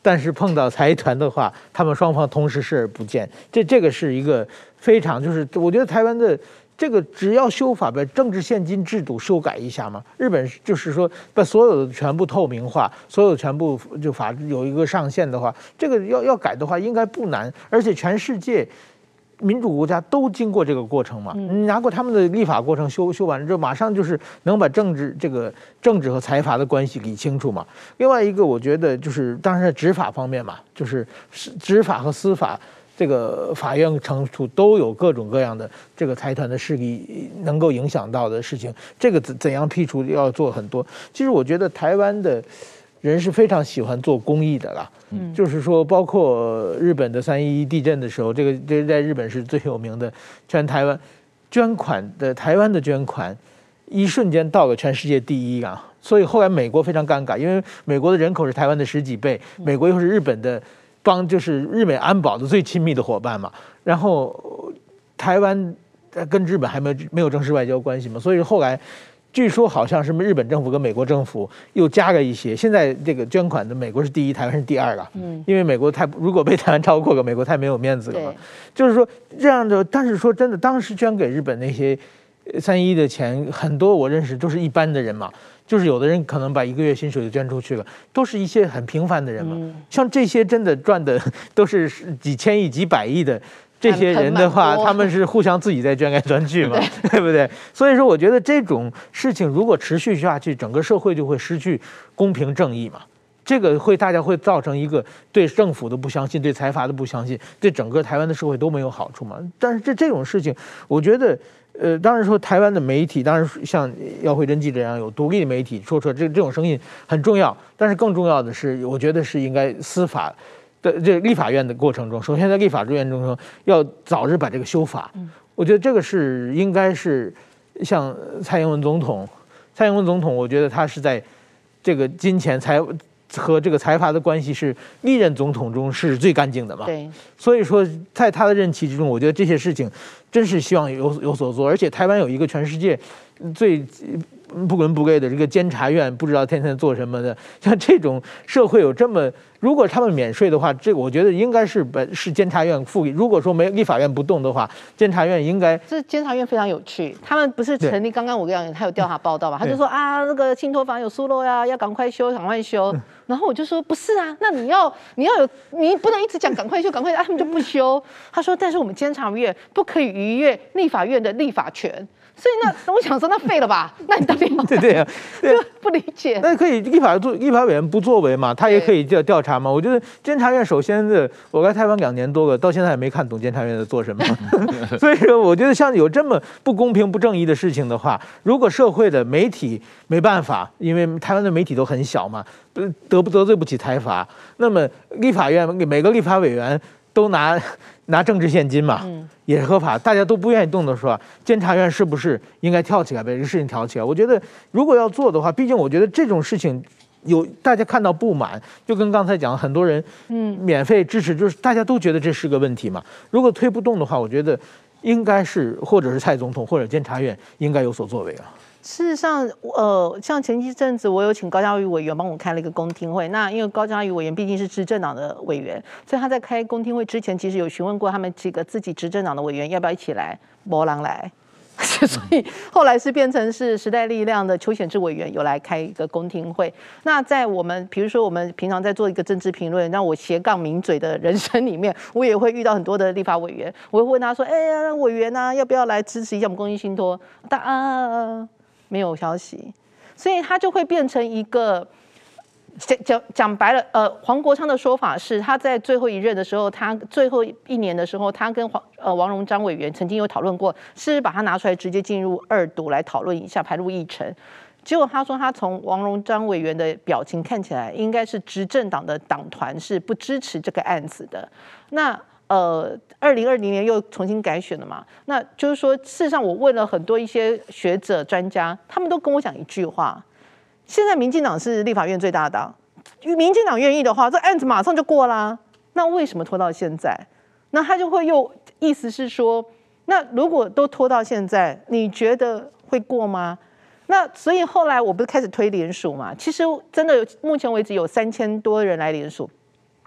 但是碰到财团的话，他们双方同时视而不见。这这个是一个非常，就是我觉得台湾的这个只要修法，把政治现金制度修改一下嘛。日本就是说把所有的全部透明化，所有全部就法有一个上限的话，这个要要改的话应该不难，而且全世界民主国家都经过这个过程嘛，你拿过他们的立法过程修修完之后，马上就是能把政治这个政治和财阀的关系理清楚嘛。另外一个，我觉得就是当然在执法方面嘛，就是执法和司法这个法院惩处都有各种各样的这个财团的势力能够影响到的事情，这个怎怎样剔除要做很多。其实我觉得台湾的人是非常喜欢做公益的啦。嗯，就是说，包括日本的三一一地震的时候，这个这在日本是最有名的，全台湾捐款的台湾的捐款，一瞬间到了全世界第一啊！所以后来美国非常尴尬，因为美国的人口是台湾的十几倍，美国又是日本的帮，就是日美安保的最亲密的伙伴嘛。然后台湾跟日本还没有没有正式外交关系嘛，所以后来。据说好像是日本政府跟美国政府又加了一些，现在这个捐款的美国是第一，台湾是第二了。嗯，因为美国太如果被台湾超过了，美国太没有面子了嘛。就是说这样的，但是说真的，当时捐给日本那些三一的钱，很多我认识都是一般的人嘛，就是有的人可能把一个月薪水就捐出去了，都是一些很平凡的人嘛。嗯、像这些真的赚的都是几千亿、几百亿的。这些人的话，他们是互相自己在捐来捐去嘛，对, 对不对？所以说，我觉得这种事情如果持续下去，整个社会就会失去公平正义嘛。这个会大家会造成一个对政府的不相信，对财阀的不相信，对整个台湾的社会都没有好处嘛。但是这这种事情，我觉得，呃，当然说台湾的媒体，当然像姚慧珍记者这样有独立的媒体说出这这种声音很重要，但是更重要的是，我觉得是应该司法。的这立法院的过程中，首先在立法院中要早日把这个修法，我觉得这个是应该是像蔡英文总统，蔡英文总统，我觉得他是在这个金钱财和这个财阀的关系是历任总统中是最干净的嘛。对，所以说在他的任期之中，我觉得这些事情真是希望有有所做，而且台湾有一个全世界最不伦不类的这个监察院，不知道天天做什么的，像这种社会有这么。如果他们免税的话，这我觉得应该是本是监察院赋予。如果说没立法院不动的话，监察院应该。 这监察院非常有趣，他们不是成立，刚刚我跟你讲，他有调查报道嘛，他就说啊，那个信托房有疏漏呀，要赶快修，赶快修。然后我就说不是啊，那你要你要有，你不能一直讲赶快修，赶快修，啊，他们就不修。他说，但是我们监察院不可以逾越立法院的立法权。所以那我想说，那废了吧？那你到底要对对啊， 就不理解。 那可以立法做立法委员不作为嘛，他也可以调调查嘛。我觉得监察院首先的，我来台湾两年多了，到现在还没看懂监察院在做什么。所以说，我觉得像有这么不公平、不正义的事情的话，如果社会的媒体没办法，因为台湾的媒体都很小嘛，得不得罪不起财阀，那么立法院每个立法委员都拿。拿政治现金嘛，也是合法，大家都不愿意动的时候，监察院是不是应该跳起来把这个事情挑起来？我觉得如果要做的话，毕竟我觉得这种事情有大家看到不满，就跟刚才讲，很多人嗯免费支持，就是大家都觉得这是个问题嘛。如果推不动的话，我觉得应该是或者是蔡总统或者监察院应该有所作为啊。 事实上，呃，像前一阵子我有请高嘉瑜委员帮我开了一个公听会。那因为高嘉瑜委员毕竟是执政党的委员，所以他在开公听会之前，其实有询问过他们几个自己执政党的委员要不要一起来，没人来。所以后来是变成是时代力量的邱显智委员有来开一个公听会。那在我们比如说我们平常在做一个政治评论，让我斜杠名嘴的人生里面，我也会遇到很多的立法委员，我会问他说：“哎呀，委员啊，要不要来支持一下我们公益信托？”但啊。没有消息，所以他就会变成一个讲讲讲白了，呃，黄国昌的说法是他在最后一任的时候，他最后一年的时候，他跟黄呃王荣章委员曾经有讨论过，是把他拿出来直接进入二读来讨论一下，排入议程。结果他说，他从王荣章委员的表情看起来，应该是执政党的党团是不支持这个案子的。那呃，二零二零年又重新改选了嘛？那就是说，事实上我问了很多一些学者专家，他们都跟我讲一句话：现在民进党是立法院最大党，民进党愿意的话，这案子马上就过啦。那为什么拖到现在？那他就会又意思是说，那如果都拖到现在，你觉得会过吗？那所以后来我不是开始推联署嘛？其实真的有，目前为止有三千多人来联署。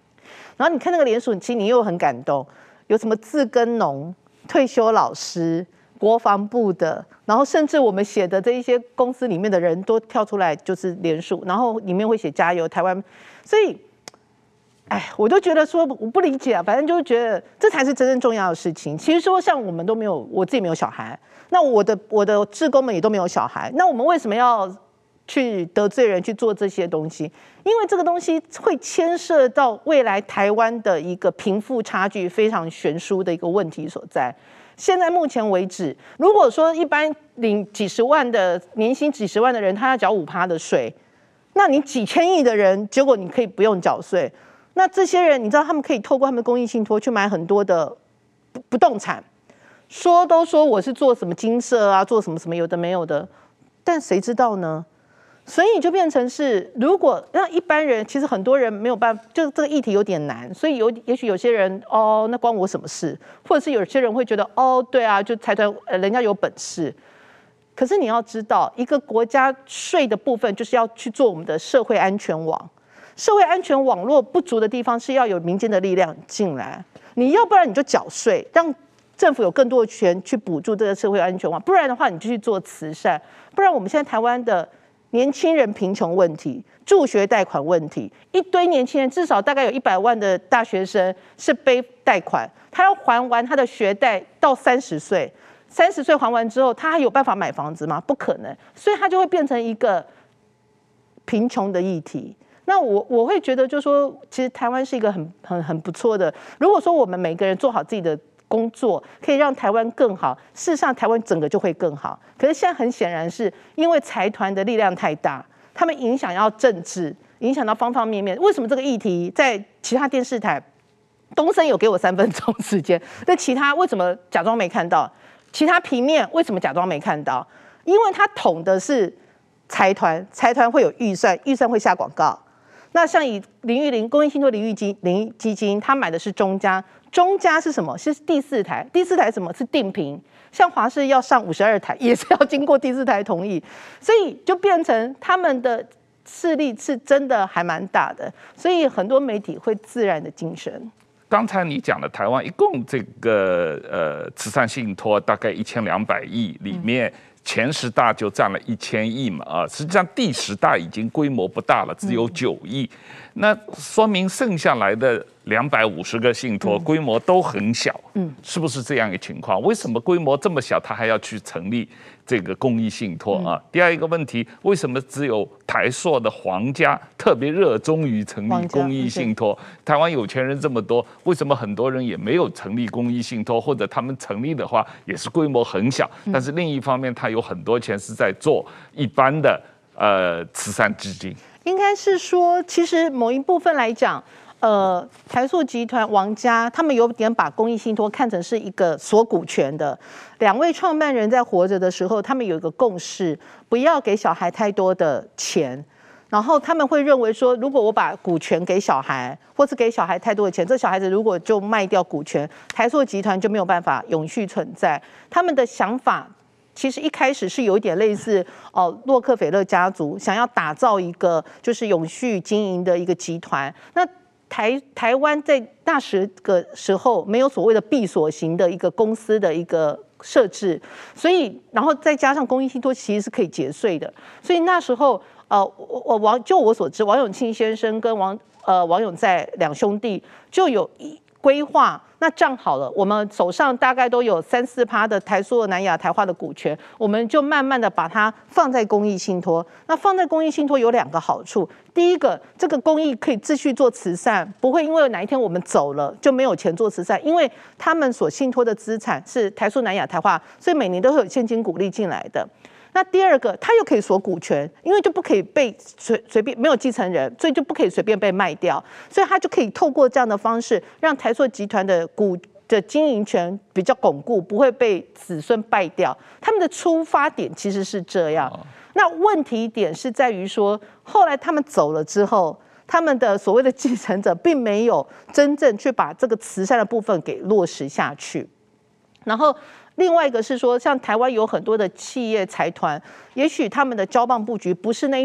然后你看那个联署，其实你又很感动，有什么自耕农、退休老师、国防部的，然后甚至我们写的这一些公司里面的人都跳出来就是联署，然后里面会写加油台湾，所以。哎，我都觉得说我不理解啊，反正就是觉得这才是真正重要的事情。其实说像我们都没有，我自己没有小孩，那我的我的志工们也都没有小孩，那我们为什么要去得罪人去做这些东西？因为这个东西会牵涉到未来台湾的一个贫富差距非常悬殊的一个问题所在。现在目前为止，如果说一般领几十万的年薪几十万的人，他要缴五趴的税，那你几千亿的人，结果你可以不用缴税。那这些人，你知道他们可以透过他们的公益信托去买很多的不动产，说都说我是做什么金色啊，做什么什么有的没有的，但谁知道呢？所以就变成是，如果让一般人，其实很多人没有办法，就这个议题有点难，所以有也许有些人哦，那关我什么事？或者是有些人会觉得哦，对啊，就财团呃人家有本事。可是你要知道，一个国家税的部分就是要去做我们的社会安全网。社会安全网络不足的地方是要有民间的力量进来，你要不然你就缴税，让政府有更多的权去补助这个社会安全网，不然的话你就去做慈善，不然我们现在台湾的年轻人贫穷问题、助学贷款问题，一堆年轻人至少大概有一百万的大学生是背贷款，他要还完他的学贷到三十岁，三十岁还完之后，他还有办法买房子吗？不可能，所以他就会变成一个贫穷的议题。那我我会觉得，就是说，其实台湾是一个很很很不错的。如果说我们每个人做好自己的工作，可以让台湾更好，事实上台湾整个就会更好。可是现在很显然是因为财团的力量太大，他们影响到政治，影响到方方面面。为什么这个议题在其他电视台，东森有给我三分钟时间，但其他为什么假装没看到？其他平面为什么假装没看到？因为他捅的是财团，财团会有预算，预算会下广告。那像以林玉玲公益信托林玉基林基金，他买的是中嘉，中嘉是什么？是第四台，第四台什么是定频？像华视要上五十二台，也是要经过第四台同意，所以就变成他们的势力是真的还蛮大的，所以很多媒体会自然的晋升。 刚才你讲的台湾一共这个呃慈善信托大概一千两百亿里面。嗯前十大就占了一千亿嘛，啊，实际上第十大已经规模不大了，只有九亿，嗯、那说明剩下来的两百五十个信托规模都很小，嗯，是不是这样一个情况？为什么规模这么小，他还要去成立这个公益信托啊？嗯、第二一个问题，为什么只有台塑的皇家特别热衷于成立公益信托？台湾有钱人这么多，为什么很多人也没有成立公益信托，或者他们成立的话也是规模很小？但是另一方面，他有很多钱是在做一般的呃慈善基金。 应该是说，其实某一部分来讲。呃，台塑集团王家他们有点把公益信托看成是一个锁股权的。两位创办人在活着的时候，他们有一个共识，不要给小孩太多的钱。然后他们会认为说，如果我把股权给小孩，或是给小孩太多的钱，这小孩子如果就卖掉股权，台塑集团就没有办法永续存在。他们的想法其实一开始是有一点类似哦，洛克菲勒家族想要打造一个就是永续经营的一个集团。那台台湾在那时个时候没有所谓的闭锁型的一个公司的一个设置，所以然后再加上公益信托其实是可以节税的，所以那时候呃，我王就我所知，王永庆先生跟王呃王永在两兄弟就有规划。那这样好了，我们手上大概都有三四趴的台塑南亚台化的股权，我们就慢慢的把它放在公益信托。那放在公益信托有两个好处，第一个，这个公益可以继续做慈善，不会因为哪一天我们走了就没有钱做慈善，因为他们所信托的资产是台塑南亚台化，所以每年都会有现金股利进来的。那第二个，它又可以锁股权，因为就不可以被随随便没有继承人，所以就不可以随便被卖掉，所以它就可以透过这样的方式，让台塑集团的股的经营权比较巩固，不会被子孙败掉。他们的出发点其实是这样。哦、那问题点是在于说，后来他们走了之后，他们的所谓的继承者并没有真正去把这个慈善的部分给落实下去，然后。另外一个是说，像台湾有很多的企业财团，也许他们的交棒布局不是那一种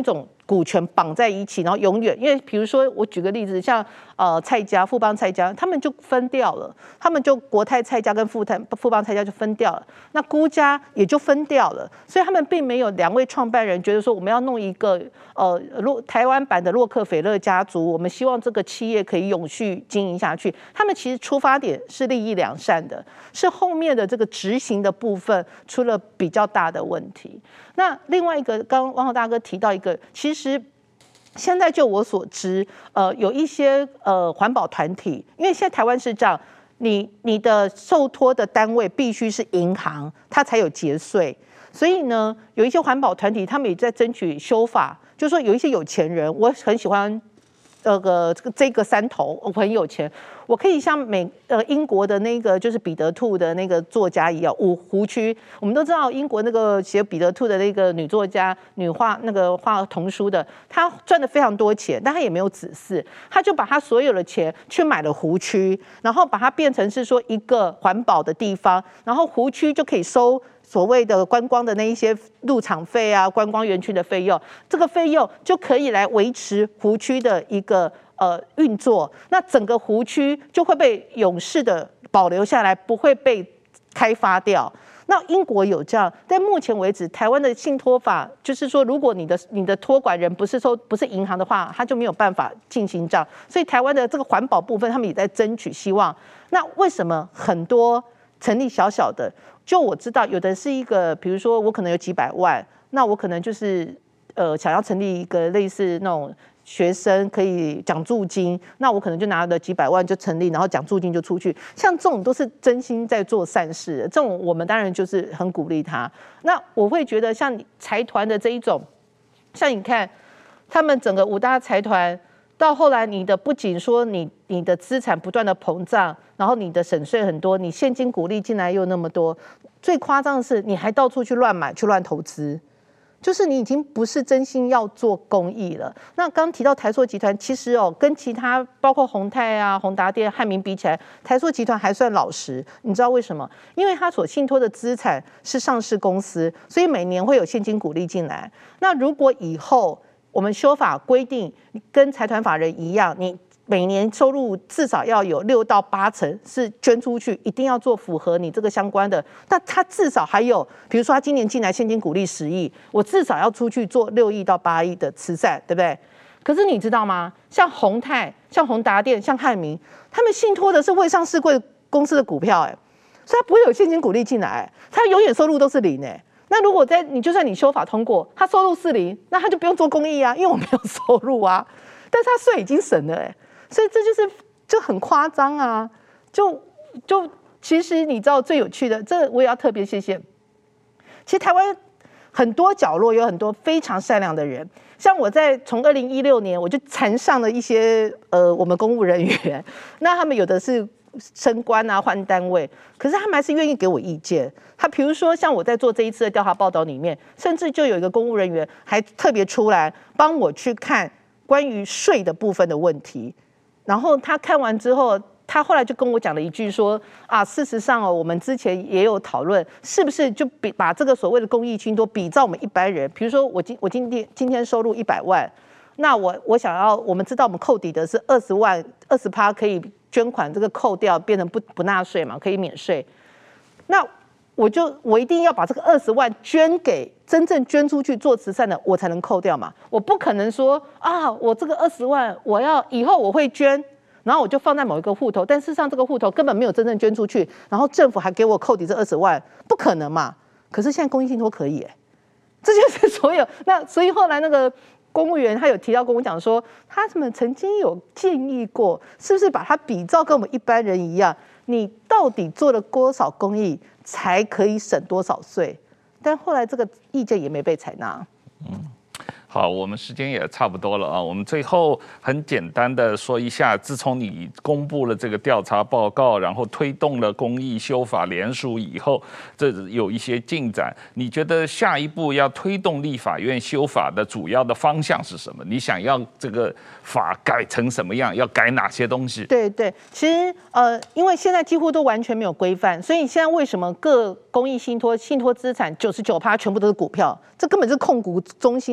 股权绑在一起，然后永远，因为比如说我举个例子，像呃蔡家、富邦蔡家，他们就分掉了，他们就国泰蔡家跟富泰富邦蔡家就分掉了，那辜家也就分掉了，所以他们并没有两位创办人觉得说我们要弄一个呃洛台湾版的洛克菲勒家族，我们希望这个企业可以永续经营下去。他们其实出发点是利益良善的，是后面的这个执行的部分出了比较大的问题。那另外一个，刚刚汪浩大哥提到一个，其实现在就我所知，呃，有一些呃环保团体，因为现在台湾是这样，你你的受托的单位必须是银行，它才有节税，所以呢，有一些环保团体他们也在争取修法，就是说有一些有钱人，我很喜欢。这个这个这个山头，我很有钱，我可以像美呃英国的那个就是彼得兔的那个作家一样，五湖区，我们都知道英国那个写彼得兔的那个女作家，女画那个画童书的，她赚了非常多钱，但她也没有子嗣，她就把她所有的钱去买了湖区，然后把它变成是说一个环保的地方，然后湖区就可以收。所谓的观光的那一些入场费啊，观光园区的费用，这个费用就可以来维持湖区的一个呃运作。那整个湖区就会被永世的保留下来，不会被开发掉。那英国有这样，但目前为止，台湾的信托法就是说，如果你的你的托管人不是说不是银行的话，他就没有办法进行这样。所以台湾的这个环保部分，他们也在争取，希望。那为什么很多成立小小的？就我知道，有的是一个，比如说我可能有几百万，那我可能就是呃想要成立一个类似那种学生可以奖助金，那我可能就拿了几百万就成立，然后奖助金就出去。像这种都是真心在做善事，这种我们当然就是很鼓励他。那我会觉得像财团的这一种，像你看他们整个五大财团。到后来，你的不仅说你你的资产不断的膨胀，然后你的省税很多，你现金股利进来又那么多，最夸张的是你还到处去乱买、去乱投资，就是你已经不是真心要做公益了。那刚提到台塑集团，其实哦，跟其他包括宏泰啊、宏达电、汉明比起来，台塑集团还算老实。你知道为什么？因为它所信托的资产是上市公司，所以每年会有现金股利进来。那如果以后我们修法规定跟财团法人一样，你每年收入至少要有六到八成是捐出去，一定要做符合你这个相关的。那他至少还有，比如说他今年进来现金股利十亿，我至少要出去做六亿到八亿的慈善，对不对？可是你知道吗？像宏泰、像宏达电、像汉明，他们信托的是未上市柜公司的股票，哎，所以他不会有现金股利进来，他永远收入都是零，哎。那如果在你就算你修法通过，他收入是零，那他就不用做公益啊，因为我没有收入啊，但是他税已经省了，哎，所以这就是就很夸张啊，就就其实你知道最有趣的，这我也要特别谢谢，其实台湾很多角落有很多非常善良的人，像我在从二零一六年我就缠上了一些呃我们公务人员，那他们有的是。升官啊，换单位，可是他们还是愿意给我意见。他比如说，像我在做这一次的调查报道里面，甚至就有一个公务人员还特别出来帮我去看关于税的部分的问题。然后他看完之后，他后来就跟我讲了一句说：“啊，事实上哦，我们之前也有讨论，是不是就比把这个所谓的公益信托比照我们一般人？比如说我今我今天今天收入一百万，那我我想要，我们知道我们扣抵的是二十万，二十趴可以。”捐款这个扣掉变成不不纳税嘛，可以免税。那我就我一定要把这个二十万捐给真正捐出去做慈善的，我才能扣掉嘛。我不可能说啊，我这个二十万我要以后我会捐，然后我就放在某一个户头，但事实上这个户头根本没有真正捐出去，然后政府还给我扣抵这二十万，不可能嘛。可是现在公益信托可以、欸，这就是所有。那所以后来那个。公务员他有提到跟我讲说，他们曾经有建议过，是不是把它比照跟我们一般人一样，你到底做了多少公益才可以省多少税？但后来这个意见也没被采纳。 嗯。好，我们时间也差不多了啊。我们最后很简单的说一下，自从你公布了这个调查报告，然后推动了公益修法联署以后，这有一些进展。你觉得下一步要推动立法院修法的主要的方向是什么？你想要这个法改成什么样？要改哪些东西？ 对对，其实呃，因为现在几乎都完全没有规范，所以现在为什么各公益信托信托资产九十九趴全部都是股票？这根本是控股中心的一个概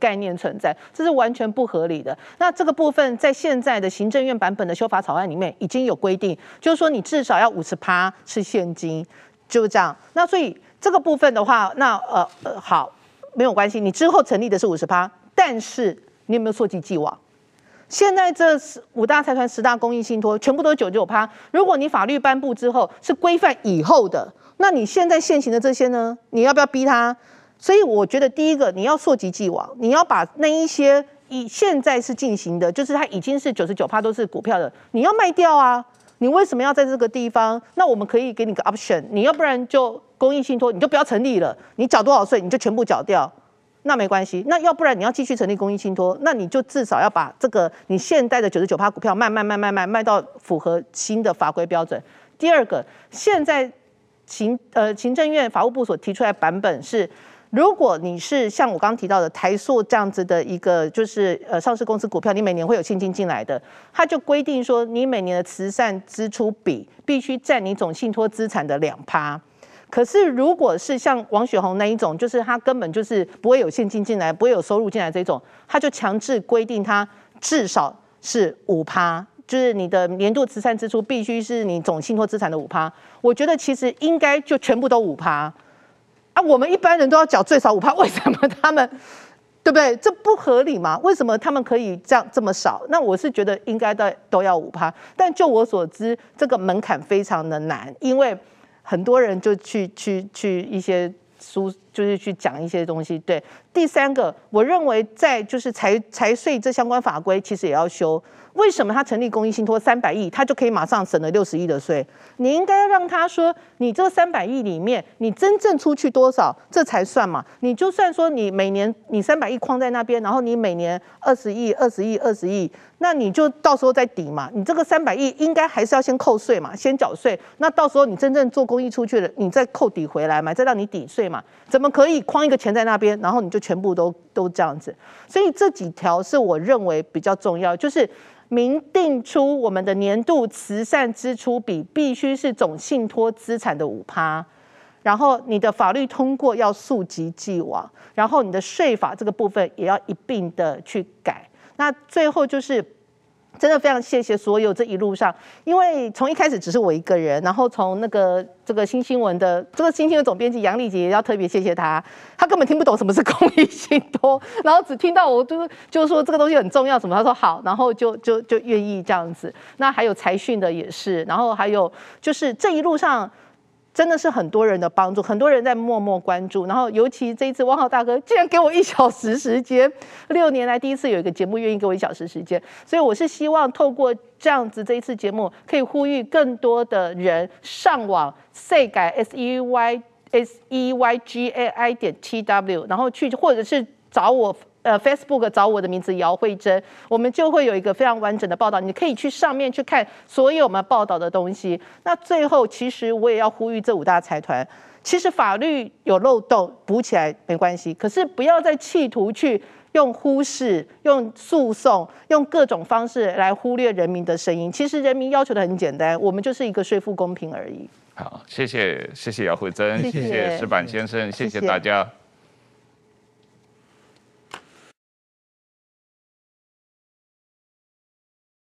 概念存在，这是完全不合理的。那这个部分在现在的行政院版本的修法草案里面已经有规定，就是说你至少要五十趴是现金，就是这样。那所以这个部分的话，那呃呃好，没有关系，你之后成立的是五十趴，但是你有没有溯及既往？现在这五大财团、十大公益信托全部都是九十九趴。如果你法律颁布之后是规范以后的，那你现在现行的这些呢？你要不要逼他？所以我觉得第一个你要溯及既往，你要把那一些以现在是进行的，就是它已经是九十九趴都是股票的，你要卖掉啊！你为什么要在这个地方？那我们可以给你个 option， 你要不然就公益信托你就不要成立了，你缴多少税你就全部缴掉。那没关系，那要不然你要继续成立公益信托，那你就至少要把这个你现在的九十九趴股票卖卖卖卖卖卖到符合新的法规标准。第二个，现在行呃行政院法务部所提出来的版本是，如果你是像我刚刚提到的台塑这样子的一个就是呃上市公司股票，你每年会有现金进来的，它就规定说你每年的慈善支出比必须占你总信托资产的两趴。可是，如果是像王雪红那一种，就是他根本就是不会有现金进来，不会有收入进来这种，他就强制规定他至少是五趴，就是你的年度慈善支出必须是你总信托资产的五趴。我觉得其实应该就全部都五趴啊，我们一般人都要缴最少五趴，为什么他们对不对？这不合理嘛？为什么他们可以这样这么少？那我是觉得应该都都要五趴，但就我所知，这个门槛非常的难，因为很多人就去去去一些书，就是去讲一些东西。对，第三个，我认为在就是财财税这相关法规其实也要修。为什么他成立公益信托三百亿，他就可以马上省了六十亿的税？你应该让他说，你这三百亿里面，你真正出去多少，这才算嘛。你就算说你每年你三百亿框在那边，然后你每年二十亿、二十亿、二十亿，那你就到时候再抵嘛。你这个三百亿应该还是要先扣税嘛，先缴税。那到时候你真正做公益出去了，你再扣抵回来嘛，再让你抵税嘛。怎么可以框一个钱在那边，然后你就全部都都这样子？所以这几条是我认为比较重要，就是明定出我们的年度慈善支出比必须是总信托资产的五趴，然后你的法律通过要溯及既往，然后你的税法这个部分也要一并的去改。那最后就是真的非常谢谢所有这一路上，因为从一开始只是我一个人，然后从那个这个新新闻的这个新新闻总编辑杨丽杰也要特别谢谢他，他根本听不懂什么是公益信托，然后只听到我就是就是说这个东西很重要什么，他说好，然后就就就愿意这样子。那还有财讯的也是，然后还有就是这一路上真的是很多人的帮助，很多人在默默关注，然后尤其这一次汪浩大哥竟然给我一小时时间，六年来第一次有一个节目愿意给我一小时时间，所以我是希望透过这样子这一次节目，可以呼吁更多的人上网 say 改 s e y s e y g a i 点 t w， 然后去或者是找我。呃 ，Facebook 找我的名字姚慧珍，我们就会有一个非常完整的报道，你可以去上面去看所有我们报道的东西。那最后，其实我也要呼吁这五大财团，其实法律有漏洞，补起来没关系，可是不要再企图去用忽视、用诉讼、用各种方式来忽略人民的声音。其实人民要求的很简单，我们就是一个税负公平而已。 好，谢谢谢谢姚慧珍， 谢谢谢谢石板先生，谢谢大家。